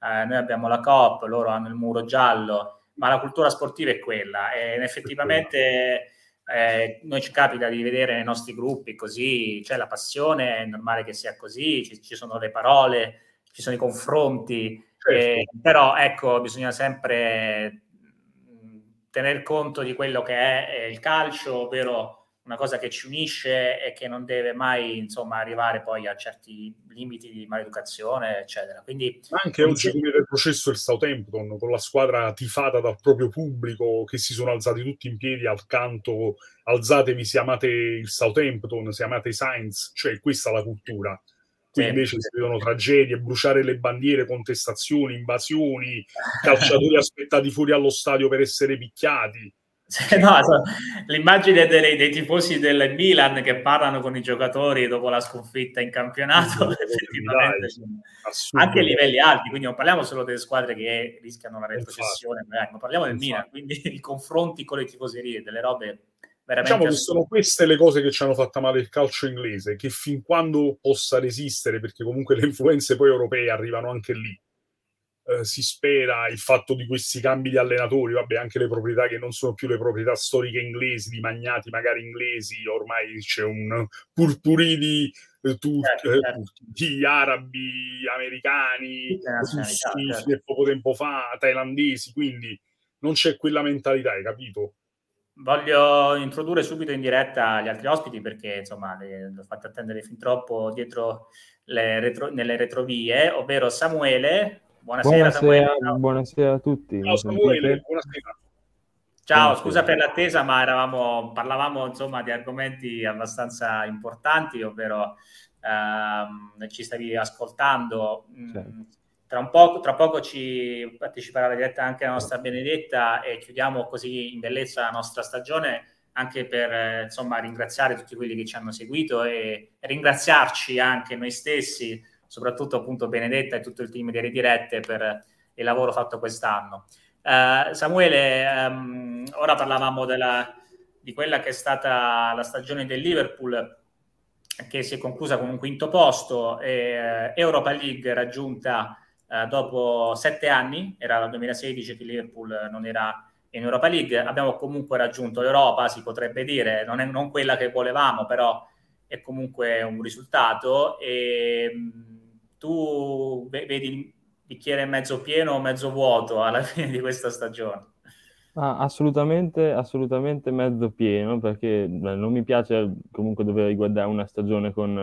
Speaker 1: noi abbiamo la Coop, loro hanno il muro giallo, ma la cultura sportiva è quella, e effettivamente noi ci capita di vedere nei nostri gruppi così, c'è la passione, è normale che sia così, ci sono le parole, ci sono i confronti,
Speaker 3: Certo.
Speaker 1: però ecco, bisogna sempre tener conto di quello che è il calcio, ovvero una cosa che ci unisce e che non deve mai, insomma, arrivare poi a certi limiti di maleducazione, eccetera. Quindi
Speaker 3: anche oggi come del processo il Southampton, con la squadra tifata dal proprio pubblico, che si sono alzati tutti in piedi al canto alzatevi se amate il Southampton, se amate i Sainz, cioè questa è la cultura. Qui invece si vedono tragedie, bruciare le bandiere, contestazioni, invasioni, calciatori aspettati fuori allo stadio per essere picchiati.
Speaker 1: No, l'immagine dei tifosi del Milan che parlano con i giocatori dopo la sconfitta in campionato, effettivamente, anche a livelli alti, quindi non parliamo solo delle squadre che rischiano la retrocessione, ma parliamo del Milan, quindi i confronti con le tifoserie, delle robe veramente
Speaker 3: diciamo che sono queste le cose che ci hanno fatto male il calcio inglese, che fin quando possa resistere, perché comunque le influenze poi europee arrivano anche lì, si spera il fatto di questi cambi di allenatori, vabbè, anche le proprietà che non sono più le proprietà storiche inglesi, di magnati magari inglesi, ormai c'è un purpurì di turchi, arabi, americani, russi fino a poco tempo fa, thailandesi, quindi non c'è quella mentalità, hai capito?
Speaker 1: Voglio introdurre subito in diretta gli altri ospiti perché insomma l'ho fatto attendere fin troppo dietro nelle retrovie, ovvero Samuele. Buonasera Samuele.
Speaker 4: Buonasera a tutti.
Speaker 3: Ciao Samuele, buonasera.
Speaker 1: Ciao, scusa per l'attesa, ma parlavamo insomma di argomenti abbastanza importanti, ovvero ci stavi ascoltando.
Speaker 4: Certo.
Speaker 1: Tra poco ci parteciperà alla diretta anche la nostra Benedetta e chiudiamo così in bellezza la nostra stagione, anche per insomma ringraziare tutti quelli che ci hanno seguito e ringraziarci anche noi stessi, soprattutto appunto Benedetta e tutto il team delle dirette per il lavoro fatto quest'anno. Samuele, ora parlavamo di quella che è stata la stagione del Liverpool, che si è conclusa con un quinto posto, Europa League raggiunta dopo 7 anni, era dal 2016 che Liverpool non era in Europa League, abbiamo comunque raggiunto l'Europa, si potrebbe dire, non quella che volevamo, però è comunque un risultato. E tu vedi il bicchiere mezzo pieno o mezzo vuoto alla fine di questa stagione?
Speaker 4: Assolutamente mezzo pieno, perché non mi piace comunque dover riguardare una stagione con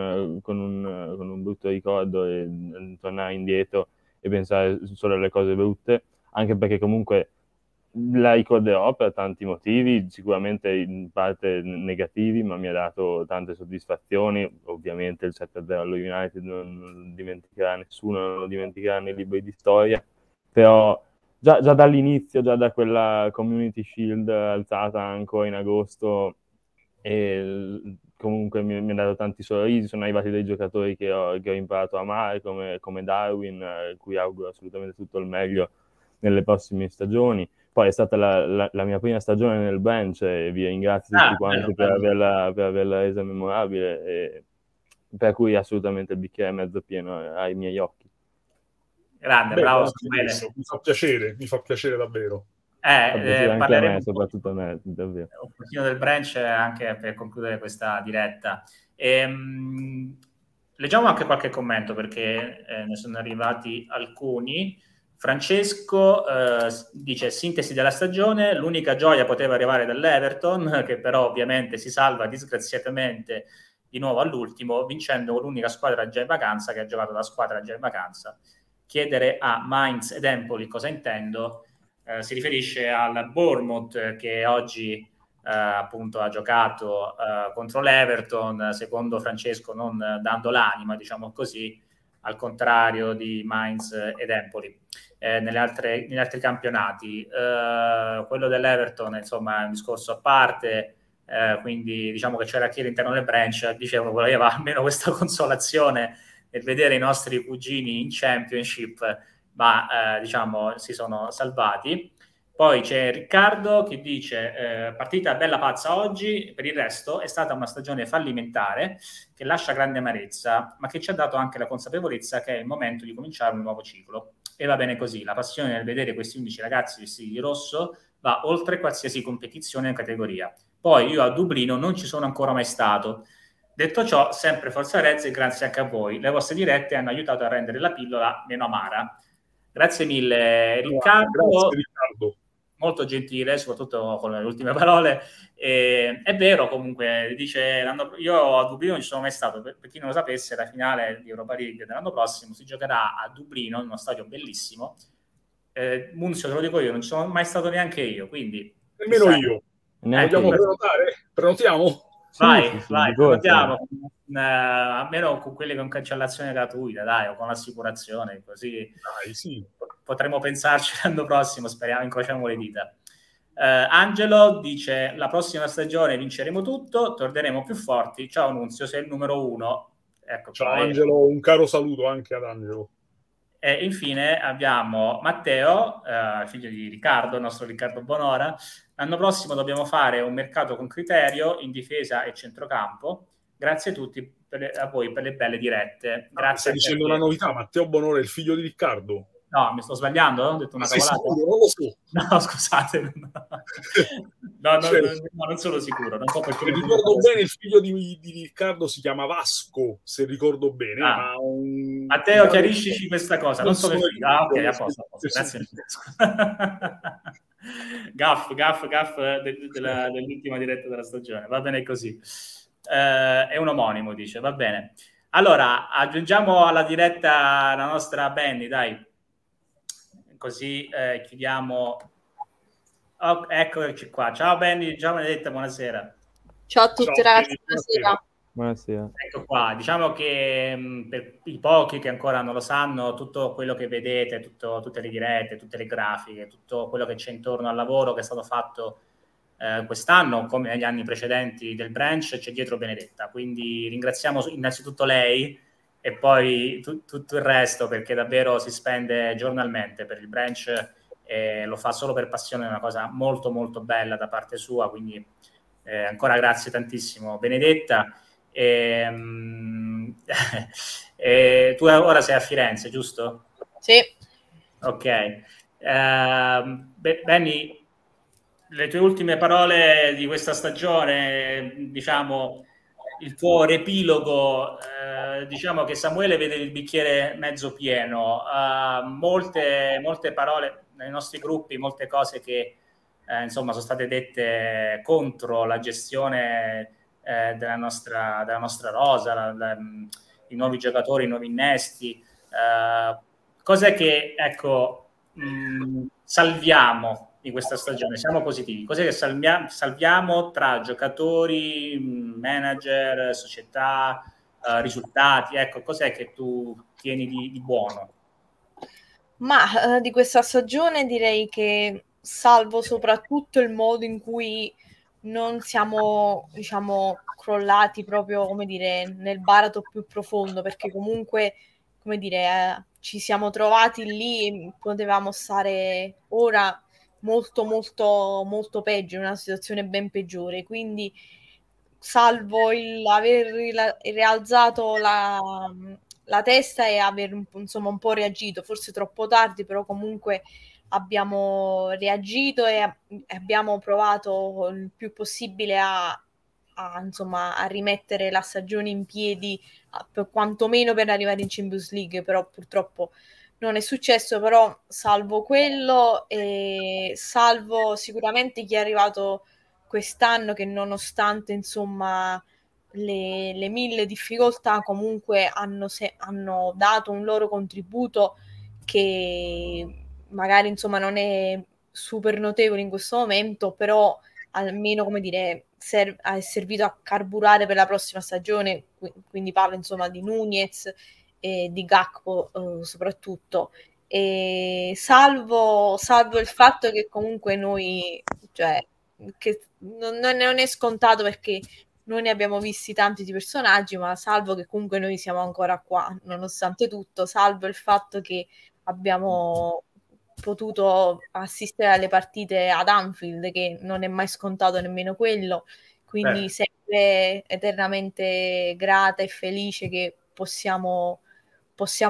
Speaker 4: un brutto ricordo e tornare indietro e pensare solo alle cose brutte, anche perché comunque la ricorderò per tanti motivi, sicuramente in parte negativi, ma mi ha dato tante soddisfazioni. Ovviamente il 7-0 allo United non lo dimenticherà nessuno, non lo dimenticherà nei libri di storia, però già dall'inizio, già da quella Community Shield alzata ancora in agosto, e comunque mi ha dato tanti sorrisi, sono arrivati dei giocatori che ho imparato a amare, come Darwin, cui auguro assolutamente tutto il meglio nelle prossime stagioni. Poi è stata la mia prima stagione nel bench e vi ringrazio tutti quanti per averla resa memorabile, e per cui assolutamente il bicchiere è mezzo pieno ai miei occhi.
Speaker 1: Grande, bravo Samuele.
Speaker 3: Mi fa piacere davvero.
Speaker 4: Anche a me, soprattutto a me, davvero.
Speaker 1: Un pochino del branch anche per concludere questa diretta. Leggiamo anche qualche commento perché ne sono arrivati alcuni. Francesco dice: sintesi della stagione, l'unica gioia poteva arrivare dall'Everton, che però ovviamente si salva disgraziatamente di nuovo all'ultimo, vincendo con l'unica squadra già in vacanza che ha giocato da squadra già in vacanza. Chiedere a Mainz ed Empoli cosa intendo si riferisce al Bournemouth che oggi appunto ha giocato contro l'Everton, secondo Francesco non dando l'anima, diciamo così, al contrario di Mainz ed Empoli negli altri campionati. Quello dell'Everton insomma è un discorso a parte, quindi diciamo che c'era chi all'interno del branch dicevo voleva almeno questa consolazione nel vedere i nostri cugini in Championship, ma diciamo si sono salvati. Poi c'è Riccardo che dice partita bella pazza oggi, per il resto è stata una stagione fallimentare che lascia grande amarezza, ma che ci ha dato anche la consapevolezza che è il momento di cominciare un nuovo ciclo. e va bene così. La passione nel vedere questi 11 ragazzi vestiti di rosso va oltre qualsiasi competizione e categoria. Poi io a Dublino non ci sono ancora mai stato. Detto ciò, sempre Forza Reds e grazie anche a voi. Le vostre dirette hanno aiutato a rendere la pillola meno amara. Grazie mille Riccardo.
Speaker 3: Grazie Riccardo.
Speaker 1: Molto gentile, soprattutto con le ultime parole. È vero, comunque, dice, io a Dublino non ci sono mai stato, per chi non lo sapesse, la finale di Europa League dell'anno prossimo si giocherà a Dublino, in uno stadio bellissimo. Munzio, te lo dico io, non ci sono mai stato neanche io, quindi...
Speaker 3: Nemmeno io. Vogliamo prenotare? Prenotiamo?
Speaker 1: Vai, prenotiamo. Almeno con quelle con cancellazione gratuita, dai, o con l'assicurazione, così
Speaker 3: dai, sì.
Speaker 1: Potremo pensarci l'anno prossimo, speriamo, incrociamo le dita. Angelo dice: la prossima stagione vinceremo tutto, torneremo più forti. Ciao Nunzio, sei il numero 1. Ecco,
Speaker 3: ciao Angelo, un caro saluto anche ad Angelo.
Speaker 1: E infine abbiamo Matteo, figlio di Riccardo, il nostro Riccardo Bonora. L'anno prossimo dobbiamo fare un mercato con criterio in difesa e centrocampo. Grazie a tutti a voi per le belle dirette. Grazie.
Speaker 3: Stai dicendo una novità, Matteo Bonora è il figlio di Riccardo?
Speaker 1: No, mi sto sbagliando? Ho detto una cavolata?
Speaker 3: Sicuro? Non lo so.
Speaker 1: No, scusate. No, non sono sicuro. Non so perché.
Speaker 3: Se ricordo bene, il figlio di Riccardo si chiama Vasco, se ricordo bene. Ma
Speaker 1: Matteo, chiariscici questa cosa. Non sono il figlio. Ok, a posto. Grazie. Gaff dell'ultima diretta della stagione. Va bene così. È un omonimo, dice. Va bene. Allora, aggiungiamo alla diretta la nostra Benny, dai. Così chiudiamo. Oh, eccoci qua. Ciao Benny, ciao Benedetta, buonasera.
Speaker 5: Ciao a tutti ragazzi,
Speaker 4: buonasera.
Speaker 1: Ecco qua, diciamo che per i pochi che ancora non lo sanno, tutto quello che vedete, tutte le dirette, tutte le grafiche, tutto quello che c'è intorno al lavoro che è stato fatto quest'anno, come negli anni precedenti del branch, c'è dietro Benedetta. Quindi ringraziamo innanzitutto lei e poi tutto il resto, perché davvero si spende giornalmente per il branch e lo fa solo per passione, è una cosa molto molto bella da parte sua, quindi ancora grazie tantissimo Benedetta. Tu ora sei a Firenze, giusto?
Speaker 5: Sì.
Speaker 1: Ok. Benny, le tue ultime parole di questa stagione, diciamo il tuo riepilogo, diciamo che Samuele vede il bicchiere mezzo pieno, molte parole nei nostri gruppi, molte cose che insomma sono state dette contro la gestione della nostra rosa, i nuovi giocatori, i nuovi innesti, cos'è che ecco salviamo di questa stagione? Siamo positivi. Cos'è che salviamo tra giocatori, manager, società, risultati? Ecco, cos'è che tu tieni di buono?
Speaker 5: Ma di questa stagione direi che salvo soprattutto il modo in cui non siamo, diciamo, crollati proprio, come dire, nel baratro più profondo, perché comunque, come dire, ci siamo trovati lì e potevamo stare ora molto molto molto peggio, in una situazione ben peggiore, quindi salvo aver rialzato la testa e aver insomma un po' reagito, forse troppo tardi, però comunque abbiamo reagito e abbiamo provato il più possibile insomma, a rimettere la stagione in piedi, quantomeno per arrivare in Champions League, però purtroppo non è successo. Però salvo quello e salvo sicuramente chi è arrivato quest'anno, che nonostante insomma le mille difficoltà comunque hanno dato un loro contributo che magari insomma non è super notevole in questo momento, però almeno, come dire, è servito a carburare per la prossima stagione, quindi parlo insomma di Nunez e di Gakpo soprattutto, e salvo il fatto che comunque noi, cioè, che non è scontato perché noi ne abbiamo visti tanti di personaggi, ma salvo che comunque noi siamo ancora qua nonostante tutto, salvo il fatto che abbiamo potuto assistere alle partite ad Anfield, che non è mai scontato nemmeno quello, quindi sempre eternamente grata e felice che possiamo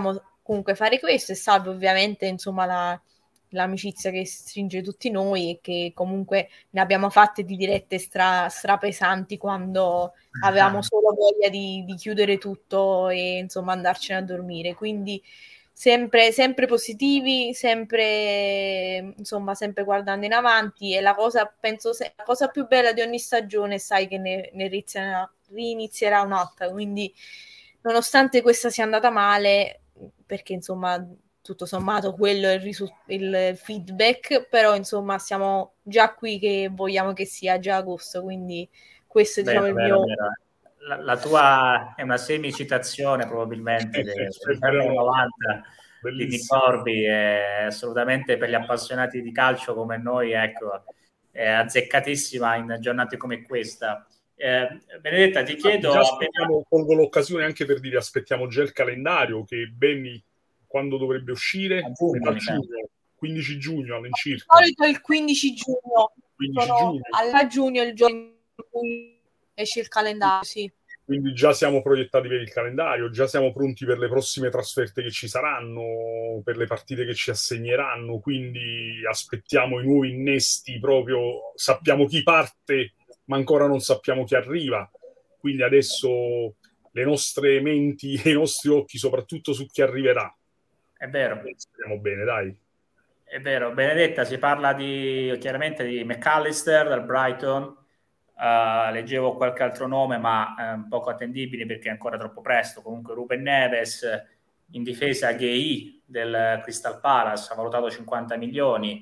Speaker 5: comunque fare questo, e salvo ovviamente insomma l'amicizia che stringe tutti noi, e che comunque ne abbiamo fatte di dirette strapesanti quando avevamo solo voglia di chiudere tutto e insomma andarcene a dormire. Quindi sempre positivi, sempre insomma sempre guardando in avanti, e la cosa più bella di ogni stagione, sai che ne rinizierà un'altra, quindi nonostante questa sia andata male, perché insomma tutto sommato quello è il feedback, però insomma siamo già qui che vogliamo che sia già agosto, quindi questo è diciamo il mio...
Speaker 1: La tua è una semicitazione probabilmente degli anni 90 di Nick Corby, è assolutamente per gli appassionati di calcio come noi, ecco, è azzeccatissima in giornate come questa. Benedetta, ti chiedo...
Speaker 3: Colgo l'occasione anche per dire, aspettiamo già il calendario, che Benny quando dovrebbe uscire? A giugno, 15 giugno all'incirca.
Speaker 5: Di solito il 15 giugno.
Speaker 3: 15 giugno.
Speaker 5: A giugno il giorno in cui esce il calendario, sì.
Speaker 3: Quindi già siamo proiettati per il calendario, già siamo pronti per le prossime trasferte che ci saranno, per le partite che ci assegneranno, quindi aspettiamo i nuovi innesti proprio, sappiamo chi parte, ma ancora non sappiamo chi arriva. Quindi adesso le nostre menti e i nostri occhi soprattutto su chi arriverà.
Speaker 1: È vero.
Speaker 3: Speriamo bene, dai.
Speaker 1: È vero. Benedetta, si parla chiaramente di McAllister dal Brighton. Leggevo qualche altro nome, ma un poco attendibile perché è ancora troppo presto. Comunque Ruben Neves, in difesa Gueye del Crystal Palace, ha valutato 50 milioni.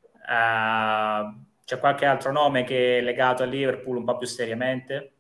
Speaker 1: C'è qualche altro nome che è legato a Liverpool un po' più seriamente?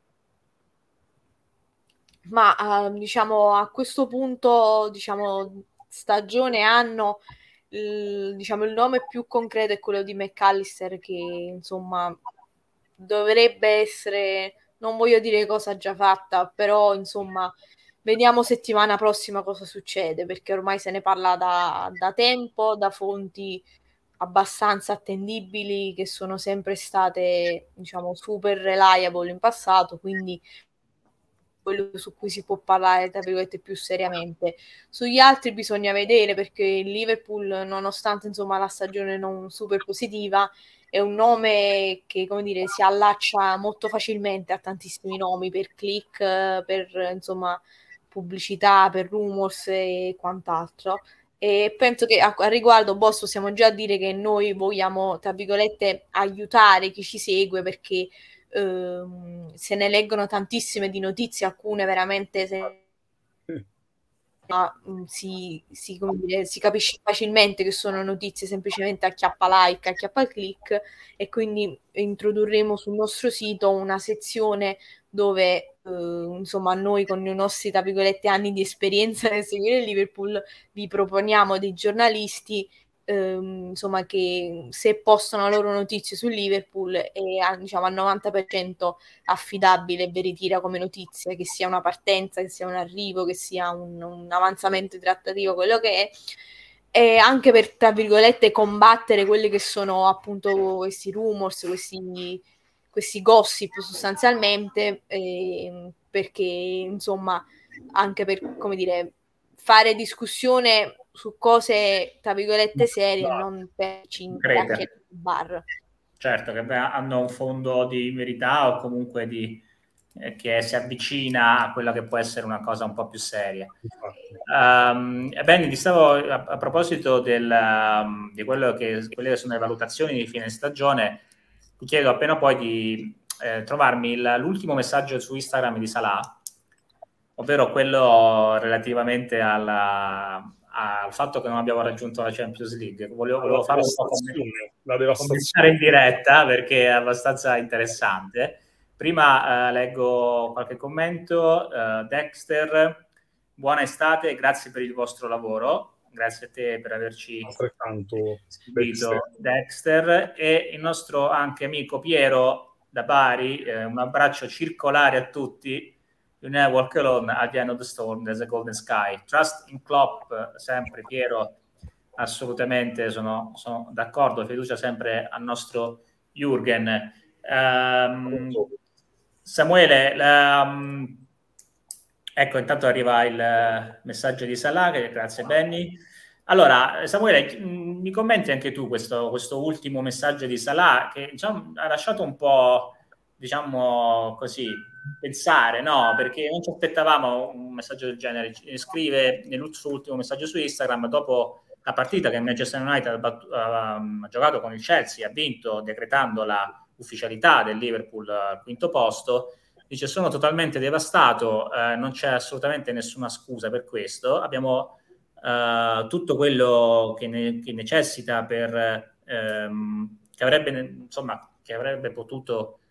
Speaker 5: Ma diciamo a questo punto, diciamo stagione anno, diciamo il nome più concreto è quello di McAllister, che insomma dovrebbe essere, non voglio dire cosa già fatta, però insomma vediamo settimana prossima cosa succede, perché ormai se ne parla da tempo, da fonti abbastanza attendibili che sono sempre state diciamo super reliable in passato, quindi quello su cui si può parlare tra virgolette più seriamente. Sugli altri bisogna vedere, perché il Liverpool, nonostante insomma la stagione non super positiva, è un nome che, come dire, si allaccia molto facilmente a tantissimi nomi per click, per insomma pubblicità, per rumors e quant'altro. E penso che a riguardo possiamo già dire che noi vogliamo, tra virgolette, aiutare chi ci segue, perché se ne leggono tantissime di notizie, alcune veramente come dire, si capisce facilmente che sono notizie semplicemente acchiappa like, acchiappa click, e quindi introdurremo sul nostro sito una sezione dove insomma noi con i nostri tra virgolette anni di esperienza nel seguire il Liverpool vi proponiamo dei giornalisti insomma che se postano le loro notizie sul Liverpool è diciamo al 90% affidabile e veritiera come notizia, che sia una partenza, che sia un arrivo, che sia un avanzamento di trattativa, quello che è, e anche per tra virgolette combattere quelli che sono appunto questi rumors, questi gossip sostanzialmente, perché insomma anche per, come dire, fare discussione su cose tra virgolette serie, non per chiacchiere di bar.
Speaker 1: Certo, che hanno un fondo di verità o comunque che si avvicina a quella che può essere una cosa un po' più seria. Bene, ti stavo a proposito di quelle che sono le valutazioni di fine stagione, ti chiedo appena poi di trovarmi l'ultimo messaggio su Instagram di Salah, ovvero quello relativamente al fatto che non abbiamo raggiunto la Champions League. Volevo farlo un po' commentare in diretta perché è abbastanza interessante. Prima leggo qualche commento. Dexter, buona estate, grazie per il vostro lavoro. Grazie a te per averci seguito, Dexter. E il nostro anche amico Piero da Bari, un abbraccio circolare a tutti. You never walk alone at the end of the storm, there's a golden sky. Trust in Klopp, sempre Piero, assolutamente sono d'accordo, fiducia sempre al nostro Jürgen. Samuele, Ecco, intanto arriva il messaggio di Salah, grazie Benny. Allora, Samuele, mi commenti anche tu questo ultimo messaggio di Salah che diciamo, ha lasciato un po', diciamo così, pensare, no? Perché non ci aspettavamo un messaggio del genere. Scrive nel suo ultimo messaggio su Instagram, dopo la partita che il Manchester United ha giocato con il Chelsea, ha vinto decretando la ufficialità del Liverpool al quinto posto. Dice: sono totalmente devastato, non c'è assolutamente nessuna scusa per questo, abbiamo tutto quello che necessita per che avrebbe potuto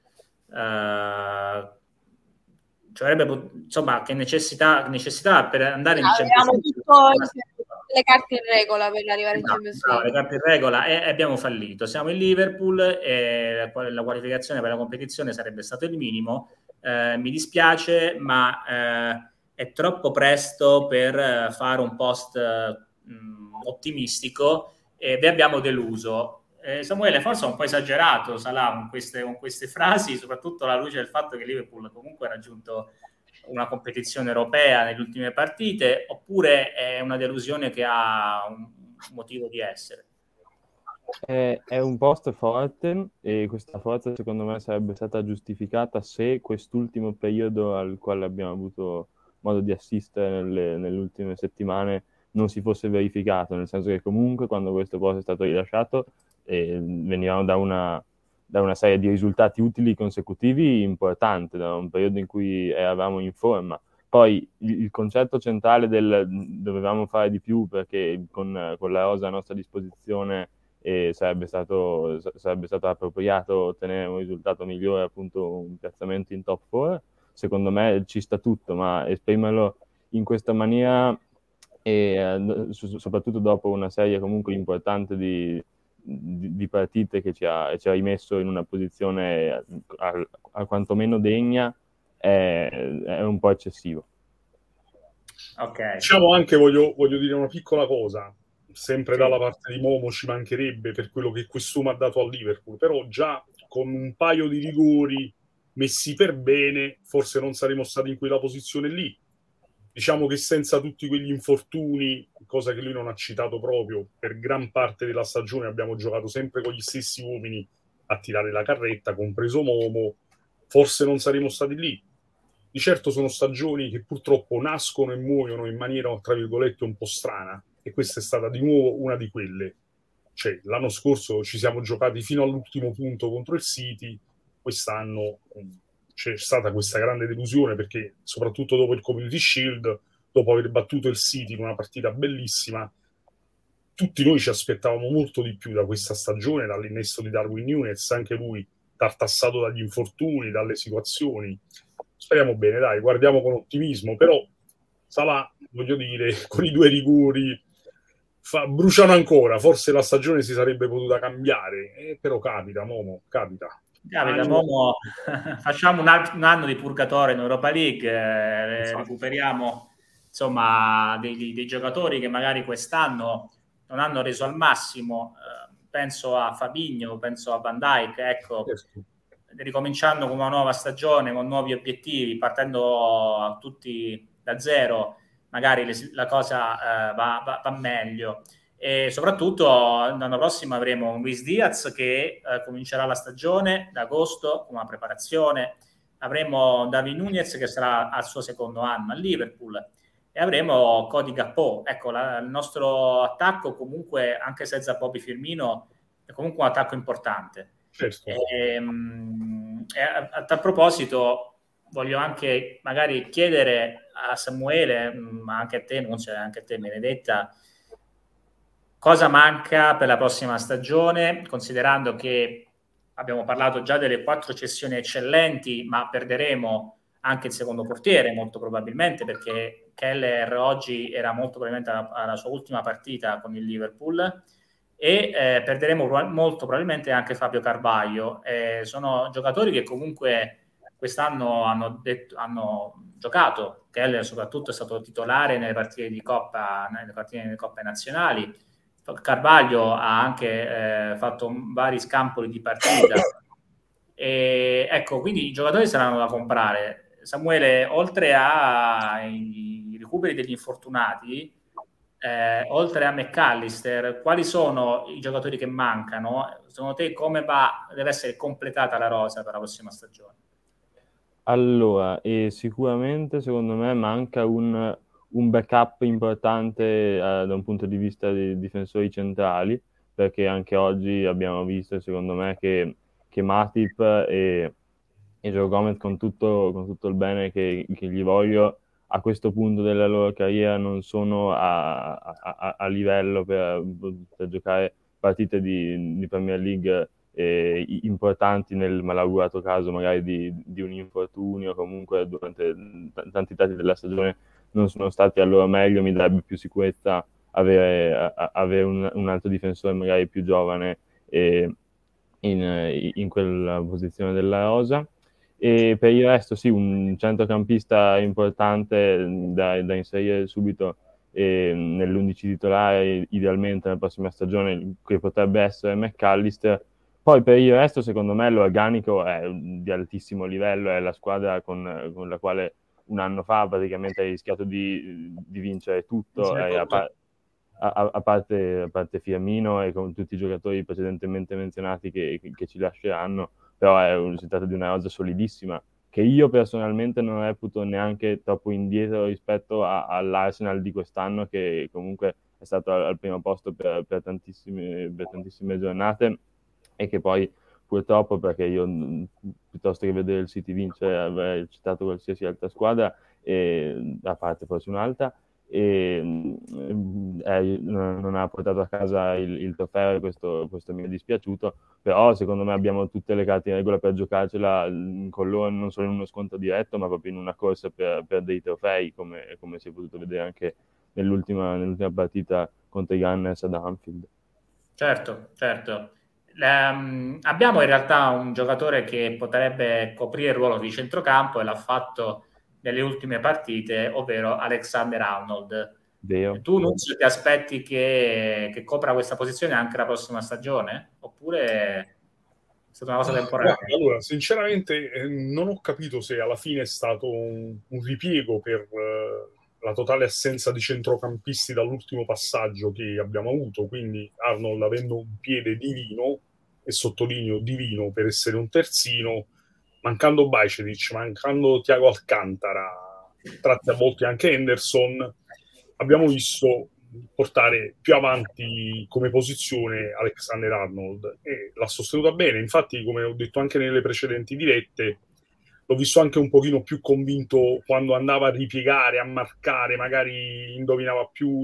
Speaker 1: insomma che necessità per andare in Champions League.
Speaker 5: Avevamo tutte le carte in regola per arrivare in Champions League.
Speaker 1: Le carte in regola e abbiamo fallito. Siamo in Liverpool e la qualificazione per la competizione sarebbe stato il minimo. Mi dispiace, ma è troppo presto per fare un post ottimistico e vi abbiamo deluso. Samuele, forse è un po' esagerato Salah con queste frasi, soprattutto alla luce del fatto che Liverpool comunque ha raggiunto una competizione europea nelle ultime partite, oppure è una delusione che ha un motivo di essere?
Speaker 4: È un post forte e questa forza secondo me sarebbe stata giustificata se quest'ultimo periodo al quale abbiamo avuto modo di assistere nelle ultime settimane non si fosse verificato, nel senso che comunque quando questo post è stato rilasciato venivamo da una serie di risultati utili consecutivi importanti, da un periodo in cui eravamo in forma. Poi il concetto centrale del dovevamo fare di più perché con la rosa a nostra disposizione sarebbe stato appropriato ottenere un risultato migliore, appunto un piazzamento in top 4. Secondo me ci sta tutto, ma esprimerlo in questa maniera soprattutto dopo una serie comunque importante di partite che ci ha rimesso in una posizione quantomeno degna è un po' eccessivo.
Speaker 1: Ok.
Speaker 3: Diciamo anche, voglio dire una piccola cosa, sempre dalla parte di Momo ci mancherebbe per quello che quest'uomo ha dato al Liverpool, però già con un paio di rigori messi per bene forse non saremmo stati in quella posizione lì. Diciamo che senza tutti quegli infortuni, cosa che lui non ha citato proprio, per gran parte della stagione abbiamo giocato sempre con gli stessi uomini a tirare la carretta, compreso Momo, forse non saremmo stati lì. Di certo sono stagioni che purtroppo nascono e muoiono in maniera, tra virgolette, un po' strana, e questa è stata di nuovo una di quelle. Cioè, l'anno scorso ci siamo giocati fino all'ultimo punto contro il City, quest'anno c'è stata questa grande delusione perché soprattutto dopo il Community Shield, dopo aver battuto il City in una partita bellissima, tutti noi ci aspettavamo molto di più da questa stagione, dall'innesto di Darwin Núñez, anche lui tartassato dagli infortuni, dalle situazioni. Speriamo bene, dai, guardiamo con ottimismo, però Salah, voglio dire, con i 2 rigori bruciano ancora, forse la stagione si sarebbe potuta cambiare, però capita, Momo, capita.
Speaker 1: Momo, facciamo un anno di purgatorio in Europa League, recuperiamo insomma dei giocatori che magari quest'anno non hanno reso al massimo, penso a Fabinho, penso a Van Dijk, ecco, ricominciando con una nuova stagione, con nuovi obiettivi, partendo tutti da zero, magari la cosa va meglio. E soprattutto l'anno prossimo avremo un Luis Diaz che comincerà la stagione da agosto con una preparazione, avremo Darwin Núñez che sarà al suo secondo anno a Liverpool e avremo Cody Gakpo. Ecco, il nostro attacco comunque, anche senza Bobby Firmino, è comunque un attacco importante.
Speaker 3: Certo.
Speaker 1: A tal proposito voglio anche magari chiedere a Samuele, ma anche a te, anche a te Benedetta, cosa manca per la prossima stagione, considerando che abbiamo parlato già delle 4 cessioni eccellenti, ma perderemo anche il secondo portiere molto probabilmente, perché Keller oggi era molto probabilmente alla sua ultima partita con il Liverpool, e perderemo molto probabilmente anche Fabio Carvalho. Sono giocatori che comunque quest'anno hanno giocato. Keller soprattutto è stato titolare nelle partite di Coppa, nelle Coppe Nazionali. Carvalho ha anche fatto vari scampoli di partita. E ecco, quindi i giocatori saranno da comprare. Samuele, oltre ai recuperi degli infortunati, oltre a McAllister, quali sono i giocatori che mancano? Secondo te come deve essere completata la rosa per la prossima stagione?
Speaker 4: Allora, sicuramente secondo me manca un backup importante da un punto di vista dei difensori centrali, perché anche oggi abbiamo visto, secondo me, che Matip e Joe Gomez, con tutto il bene che gli voglio, a questo punto della loro carriera non sono a livello per giocare partite di Premier League importanti, nel malaugurato caso magari di un infortunio, comunque durante tanti tratti della stagione non sono stati al loro meglio. Mi darebbe più sicurezza avere un altro difensore magari più giovane in quella posizione della rosa. E per il resto sì, un centrocampista importante da inserire subito nell'11 titolare, idealmente nella prossima stagione, che potrebbe essere McAllister. Poi per il resto, secondo me, l'organico è di altissimo livello, è la squadra con la quale un anno fa praticamente hai rischiato di vincere tutto, a parte Firmino e con tutti i giocatori precedentemente menzionati che ci lasceranno, però si tratta di una rosa solidissima, che io personalmente non reputo neanche troppo indietro rispetto all'Arsenal di quest'anno, che comunque è stato al primo posto per tantissime giornate, e che poi purtroppo, perché io piuttosto che vedere il City vincere avrei citato qualsiasi altra squadra, a parte forse un'altra, non ha portato a casa il trofeo, e questo mi è dispiaciuto, però secondo me abbiamo tutte le carte in regola per giocarcela con loro, non solo in uno scontro diretto, ma proprio in una corsa per dei trofei, come si è potuto vedere anche nell'ultima partita contro i Gunners ad Anfield.
Speaker 1: Certo. Abbiamo in realtà un giocatore che potrebbe coprire il ruolo di centrocampo e l'ha fatto nelle ultime partite, ovvero Alexander-Arnold.
Speaker 4: Vero.
Speaker 1: Tu non ti aspetti che copra questa posizione anche la prossima stagione? Oppure è stata una cosa temporanea?
Speaker 3: Allora, sinceramente non ho capito se alla fine è stato un ripiego per la totale assenza di centrocampisti dall'ultimo passaggio che abbiamo avuto, quindi Arnold avendo un piede divino, e sottolineo divino per essere un terzino, mancando Bajcetic, mancando Thiago Alcantara, tratti a volte anche Henderson, abbiamo visto portare più avanti come posizione Alexander-Arnold, e l'ha sostenuta bene. Infatti, come ho detto anche nelle precedenti dirette, l'ho visto anche un pochino più convinto quando andava a ripiegare, a marcare, magari indovinava più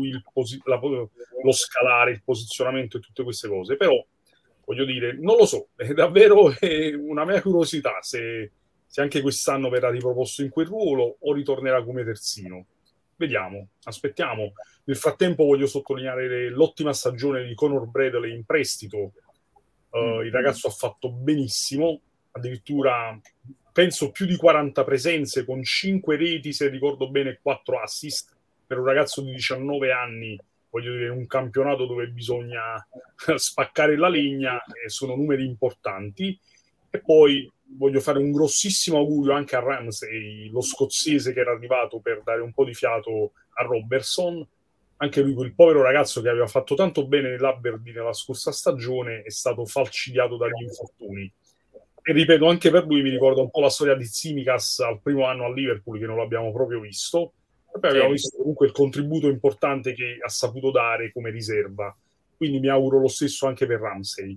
Speaker 3: lo scalare, il posizionamento e tutte queste cose. Però voglio dire, non lo so, è davvero una mia curiosità se anche quest'anno verrà riproposto in quel ruolo o ritornerà come terzino. Vediamo, aspettiamo. Nel frattempo voglio sottolineare l'ottima stagione di Conor Bradley in prestito. Il ragazzo ha fatto benissimo, addirittura penso più di 40 presenze con 5 reti, se ricordo bene 4 assist, per un ragazzo di 19 anni. Voglio dire, un campionato dove bisogna spaccare la legna, sono numeri importanti. E poi voglio fare un grossissimo augurio anche a Ramsey, lo scozzese che era arrivato per dare un po' di fiato a Robertson. Anche lui, quel povero ragazzo che aveva fatto tanto bene nell'Aberdeen nella scorsa stagione, è stato falcidiato dagli infortuni. E ripeto, anche per lui mi ricorda un po' la storia di Tsimikas al primo anno a Liverpool, che non l'abbiamo proprio visto. E poi abbiamo visto comunque il contributo importante che ha saputo dare come riserva. Quindi mi auguro lo stesso anche per Ramsey.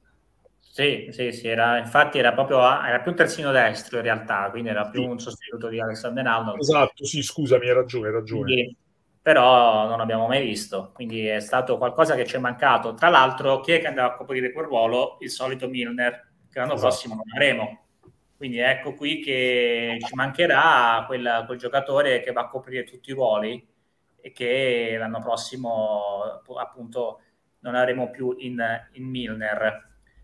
Speaker 1: Sì, infatti era più un terzino destro in realtà, quindi era più un sostituto di Alexander-Arnold.
Speaker 3: Esatto, sì, scusami, hai ragione.
Speaker 1: Quindi, però non abbiamo mai visto, quindi è stato qualcosa che ci è mancato. Tra l'altro, chi è che andava a coprire quel ruolo? Il solito Milner, che l'anno prossimo non avremo. Quindi ecco qui che ci mancherà quel giocatore che va a coprire tutti i ruoli e che l'anno prossimo appunto non avremo più in Milner.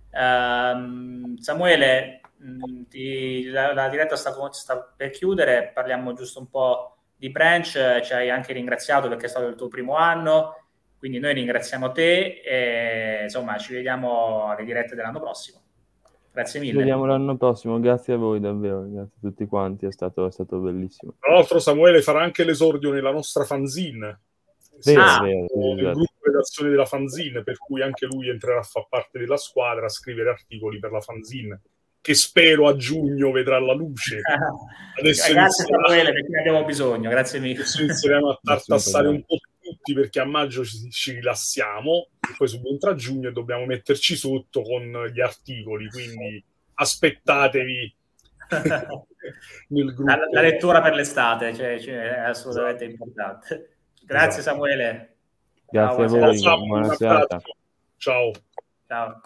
Speaker 1: Samuele, la diretta sta per chiudere, parliamo giusto un po' di Branch. Ci hai anche ringraziato perché è stato il tuo primo anno, quindi noi ringraziamo te e insomma ci vediamo alle dirette dell'anno prossimo. Grazie
Speaker 4: Ci
Speaker 1: mille.
Speaker 4: vediamo l'anno prossimo, grazie a voi davvero, grazie a tutti quanti, è stato bellissimo.
Speaker 3: Tra l'altro Samuele farà anche l'esordio nella nostra fanzine.
Speaker 4: Vero,
Speaker 3: Nel
Speaker 4: esatto.
Speaker 3: gruppo redazione della fanzine, per cui anche lui entrerà a far parte della squadra, a scrivere articoli per la fanzine, che spero a giugno vedrà la luce. Adesso
Speaker 1: Grazie Samuele, perché ne abbiamo bisogno, grazie mille.
Speaker 3: Adesso inizieremo a tartassare un po' tutti, perché a maggio ci rilassiamo, poi subentra a giugno e dobbiamo metterci sotto con gli articoli, quindi aspettatevi nel gruppo.
Speaker 1: La lettura per l'estate, è assolutamente importante. Grazie Samuele.
Speaker 4: Grazie a voi, buona serata.
Speaker 3: Ciao.
Speaker 1: Ciao.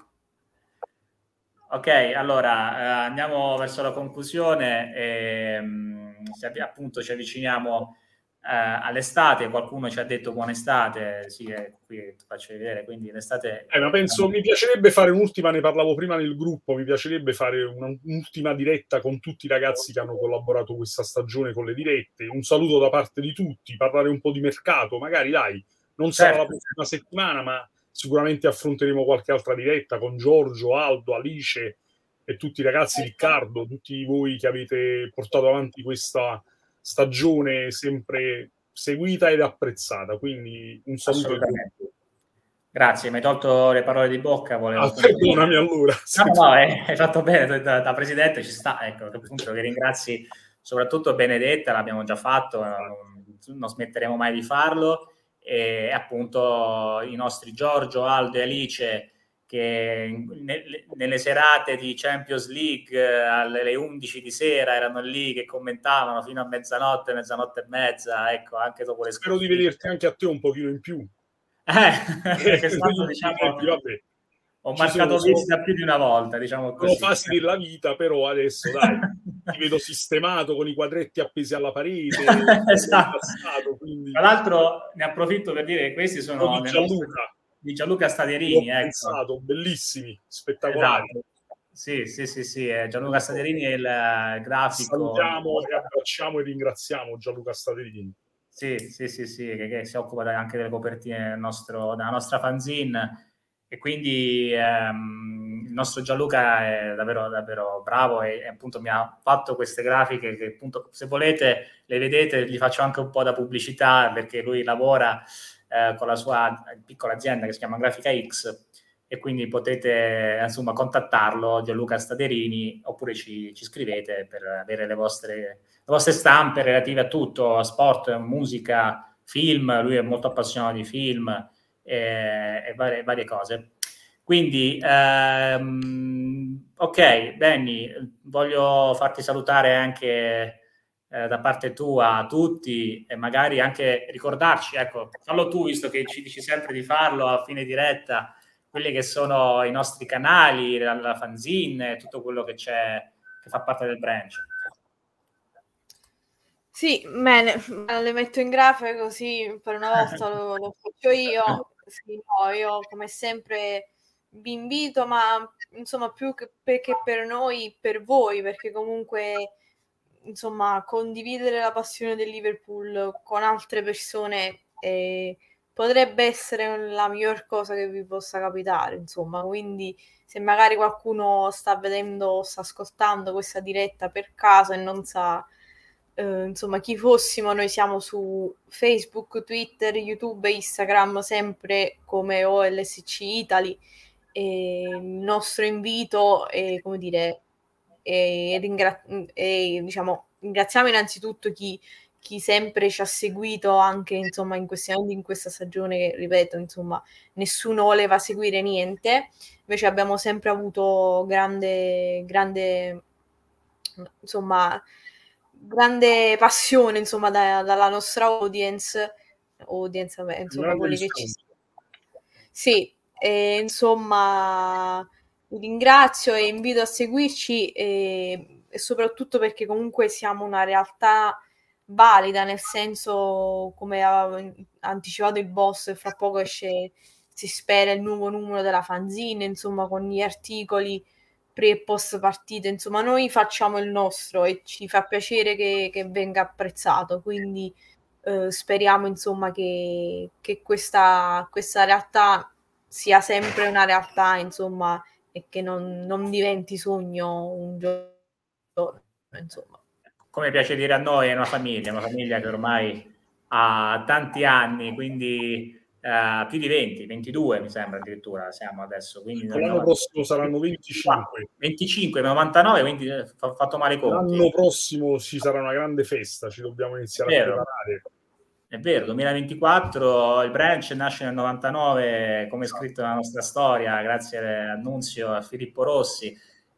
Speaker 1: Ok, allora andiamo verso la conclusione. Appunto ci avviciniamo all'estate. Qualcuno ci ha detto buona estate. Sì, qui ti faccio vedere. Quindi l'estate.
Speaker 3: Ma penso mi piacerebbe fare un'ultima, ne parlavo prima nel gruppo. Mi piacerebbe fare un'ultima diretta con tutti i ragazzi che hanno collaborato questa stagione con le dirette. Un saluto da parte di tutti, parlare un po' di mercato. Magari dai, non sarà la prossima settimana, ma sicuramente affronteremo qualche altra diretta con Giorgio, Aldo, Alice e tutti i ragazzi, Riccardo, tutti voi che avete portato avanti questa stagione sempre seguita ed apprezzata. Quindi un saluto.
Speaker 1: Grazie, mi hai tolto le parole di bocca.
Speaker 3: Perdonami allora.
Speaker 1: No, hai fatto bene, da presidente ci sta. Ecco, appunto, che ringrazi soprattutto Benedetta, l'abbiamo già fatto, non smetteremo mai di farlo. E appunto i nostri Giorgio, Aldo e Alice, che nelle serate di Champions League alle 11 di sera erano lì che commentavano fino a mezzanotte e mezza, ecco, anche dopo le
Speaker 3: spero di vederti anche a te un pochino in più.
Speaker 1: Perché stato, diciamo,
Speaker 3: vabbè,
Speaker 1: ho marcato visita più di una volta, diciamo così.
Speaker 3: Sono fasi della vita, però adesso dai, ti vedo sistemato con i quadretti appesi alla parete.
Speaker 1: Esatto.
Speaker 3: Passato, quindi...
Speaker 1: Tra l'altro ne approfitto per dire che questi sono di Gianluca Staderini.
Speaker 3: L'ho pensato, bellissimi, spettacolari.
Speaker 1: Esatto. Sì, Gianluca Staderini è il grafico.
Speaker 3: Salutiamo e abbracciamo e ringraziamo Gianluca Staderini.
Speaker 1: Sì, che si occupa anche delle copertine della nostra fanzine, e quindi il nostro Gianluca è davvero bravo e appunto mi ha fatto queste grafiche che appunto, se volete le vedete, gli faccio anche un po' da pubblicità, perché lui lavora con la sua piccola azienda che si chiama Grafica X, e quindi potete insomma contattarlo, Gianluca Staderini, oppure ci scrivete per avere le vostre stampe relative a tutto, a sport, musica, film. Lui è molto appassionato di film e varie cose. Quindi ok, Benny, voglio farti salutare anche da parte tua a tutti, e magari anche ricordarci, ecco, fallo tu, visto che ci dici sempre di farlo a fine diretta, quelli che sono i nostri canali, la fanzine, tutto quello che c'è, che fa parte del branch.
Speaker 5: Sì, bene, le metto in grafica così per una volta lo faccio io. Sì, no, io come sempre vi invito, ma insomma più che per noi, per voi, perché comunque insomma condividere la passione del Liverpool con altre persone potrebbe essere la miglior cosa che vi possa capitare, insomma. Quindi se magari qualcuno sta vedendo, sta ascoltando questa diretta per caso e non sa insomma chi fossimo, noi siamo su Facebook, Twitter, YouTube e Instagram sempre come OLSC Italy, e il nostro invito è, come dire, diciamo, ringraziamo innanzitutto chi sempre ci ha seguito anche insomma in questa stagione, che ripeto, insomma, nessuno voleva seguire niente, invece abbiamo sempre avuto grande insomma grande passione insomma dalla nostra audience insomma quelli che ci sì, insomma vi ringrazio e invito a seguirci e soprattutto perché comunque siamo una realtà valida, nel senso, come ha anticipato il boss, fra poco esce, si spera, il nuovo numero della fanzine, insomma con gli articoli pre e post partita, insomma noi facciamo il nostro e ci fa piacere che venga apprezzato, quindi speriamo insomma che questa realtà sia sempre una realtà insomma e che non diventi sogno un giorno, insomma.
Speaker 1: Come piace dire a noi, è una famiglia che ormai ha tanti anni, quindi più di 20, 22 mi sembra addirittura siamo adesso. Quindi
Speaker 3: l'anno prossimo saranno 25.
Speaker 1: 25, 99, quindi ho fatto male i conti.
Speaker 3: L'anno prossimo ci sarà una grande festa, ci dobbiamo iniziare a preparare.
Speaker 1: È vero, 2024, il branch nasce nel 99, come scritto nella nostra storia, grazie a Nunzio e a Filippo Rossi.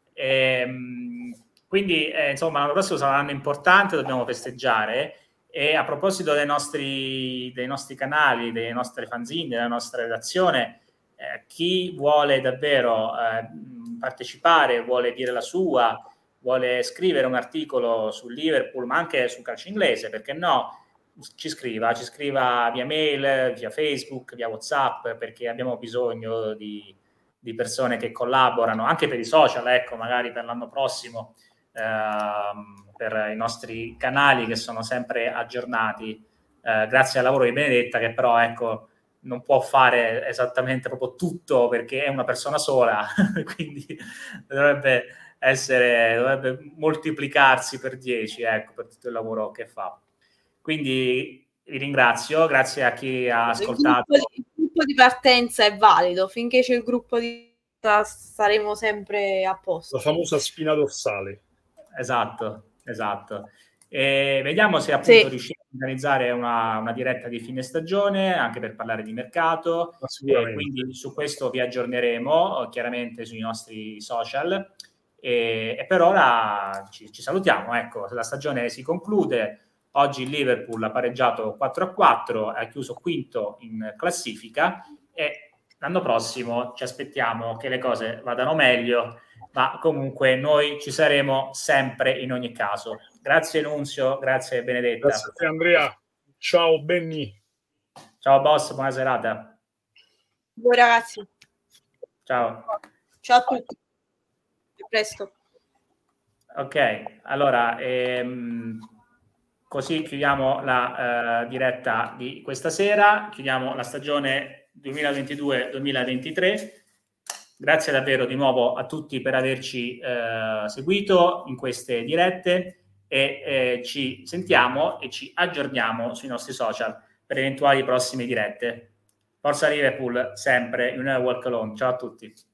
Speaker 1: Quindi, insomma, l'anno prossimo sarà un anno importante, dobbiamo festeggiare. E a proposito dei nostri canali, delle nostre fanzine, della nostra redazione, chi vuole davvero partecipare, vuole dire la sua, vuole scrivere un articolo sul Liverpool, ma anche sul calcio inglese, perché no? Ci scriva via mail, via Facebook, via WhatsApp, perché abbiamo bisogno di persone che collaborano, anche per i social, ecco, magari per l'anno prossimo, per i nostri canali che sono sempre aggiornati, grazie al lavoro di Benedetta, che però, ecco, non può fare esattamente proprio tutto perché è una persona sola, quindi dovrebbe moltiplicarsi per 10, ecco, per tutto il lavoro che fa. Quindi vi ringrazio, grazie a chi ha ascoltato.
Speaker 5: Il gruppo di partenza è valido, finché c'è il gruppo di saremo sempre a posto.
Speaker 3: La famosa spina dorsale.
Speaker 1: Esatto. E vediamo se appunto riusciamo a organizzare una diretta di fine stagione anche per parlare di mercato, quindi su questo vi aggiorneremo chiaramente sui nostri social e per ora ci salutiamo, ecco, la stagione si conclude. Oggi il Liverpool ha pareggiato 4-4, ha chiuso quinto in classifica e l'anno prossimo ci aspettiamo che le cose vadano meglio, ma comunque noi ci saremo sempre in ogni caso. Grazie Nunzio, grazie Benedetta.
Speaker 3: Grazie a te Andrea, ciao Benny.
Speaker 1: Ciao boss, buona serata.
Speaker 5: Buon ragazzi.
Speaker 1: Ciao.
Speaker 5: Ciao a tutti. A presto.
Speaker 1: Ok, allora così chiudiamo la diretta di questa sera, chiudiamo la stagione 2022-2023. Grazie davvero di nuovo a tutti per averci seguito in queste dirette e ci sentiamo e ci aggiorniamo sui nostri social per eventuali prossime dirette. Forza Liverpool, sempre, you never walk alone. Ciao a tutti.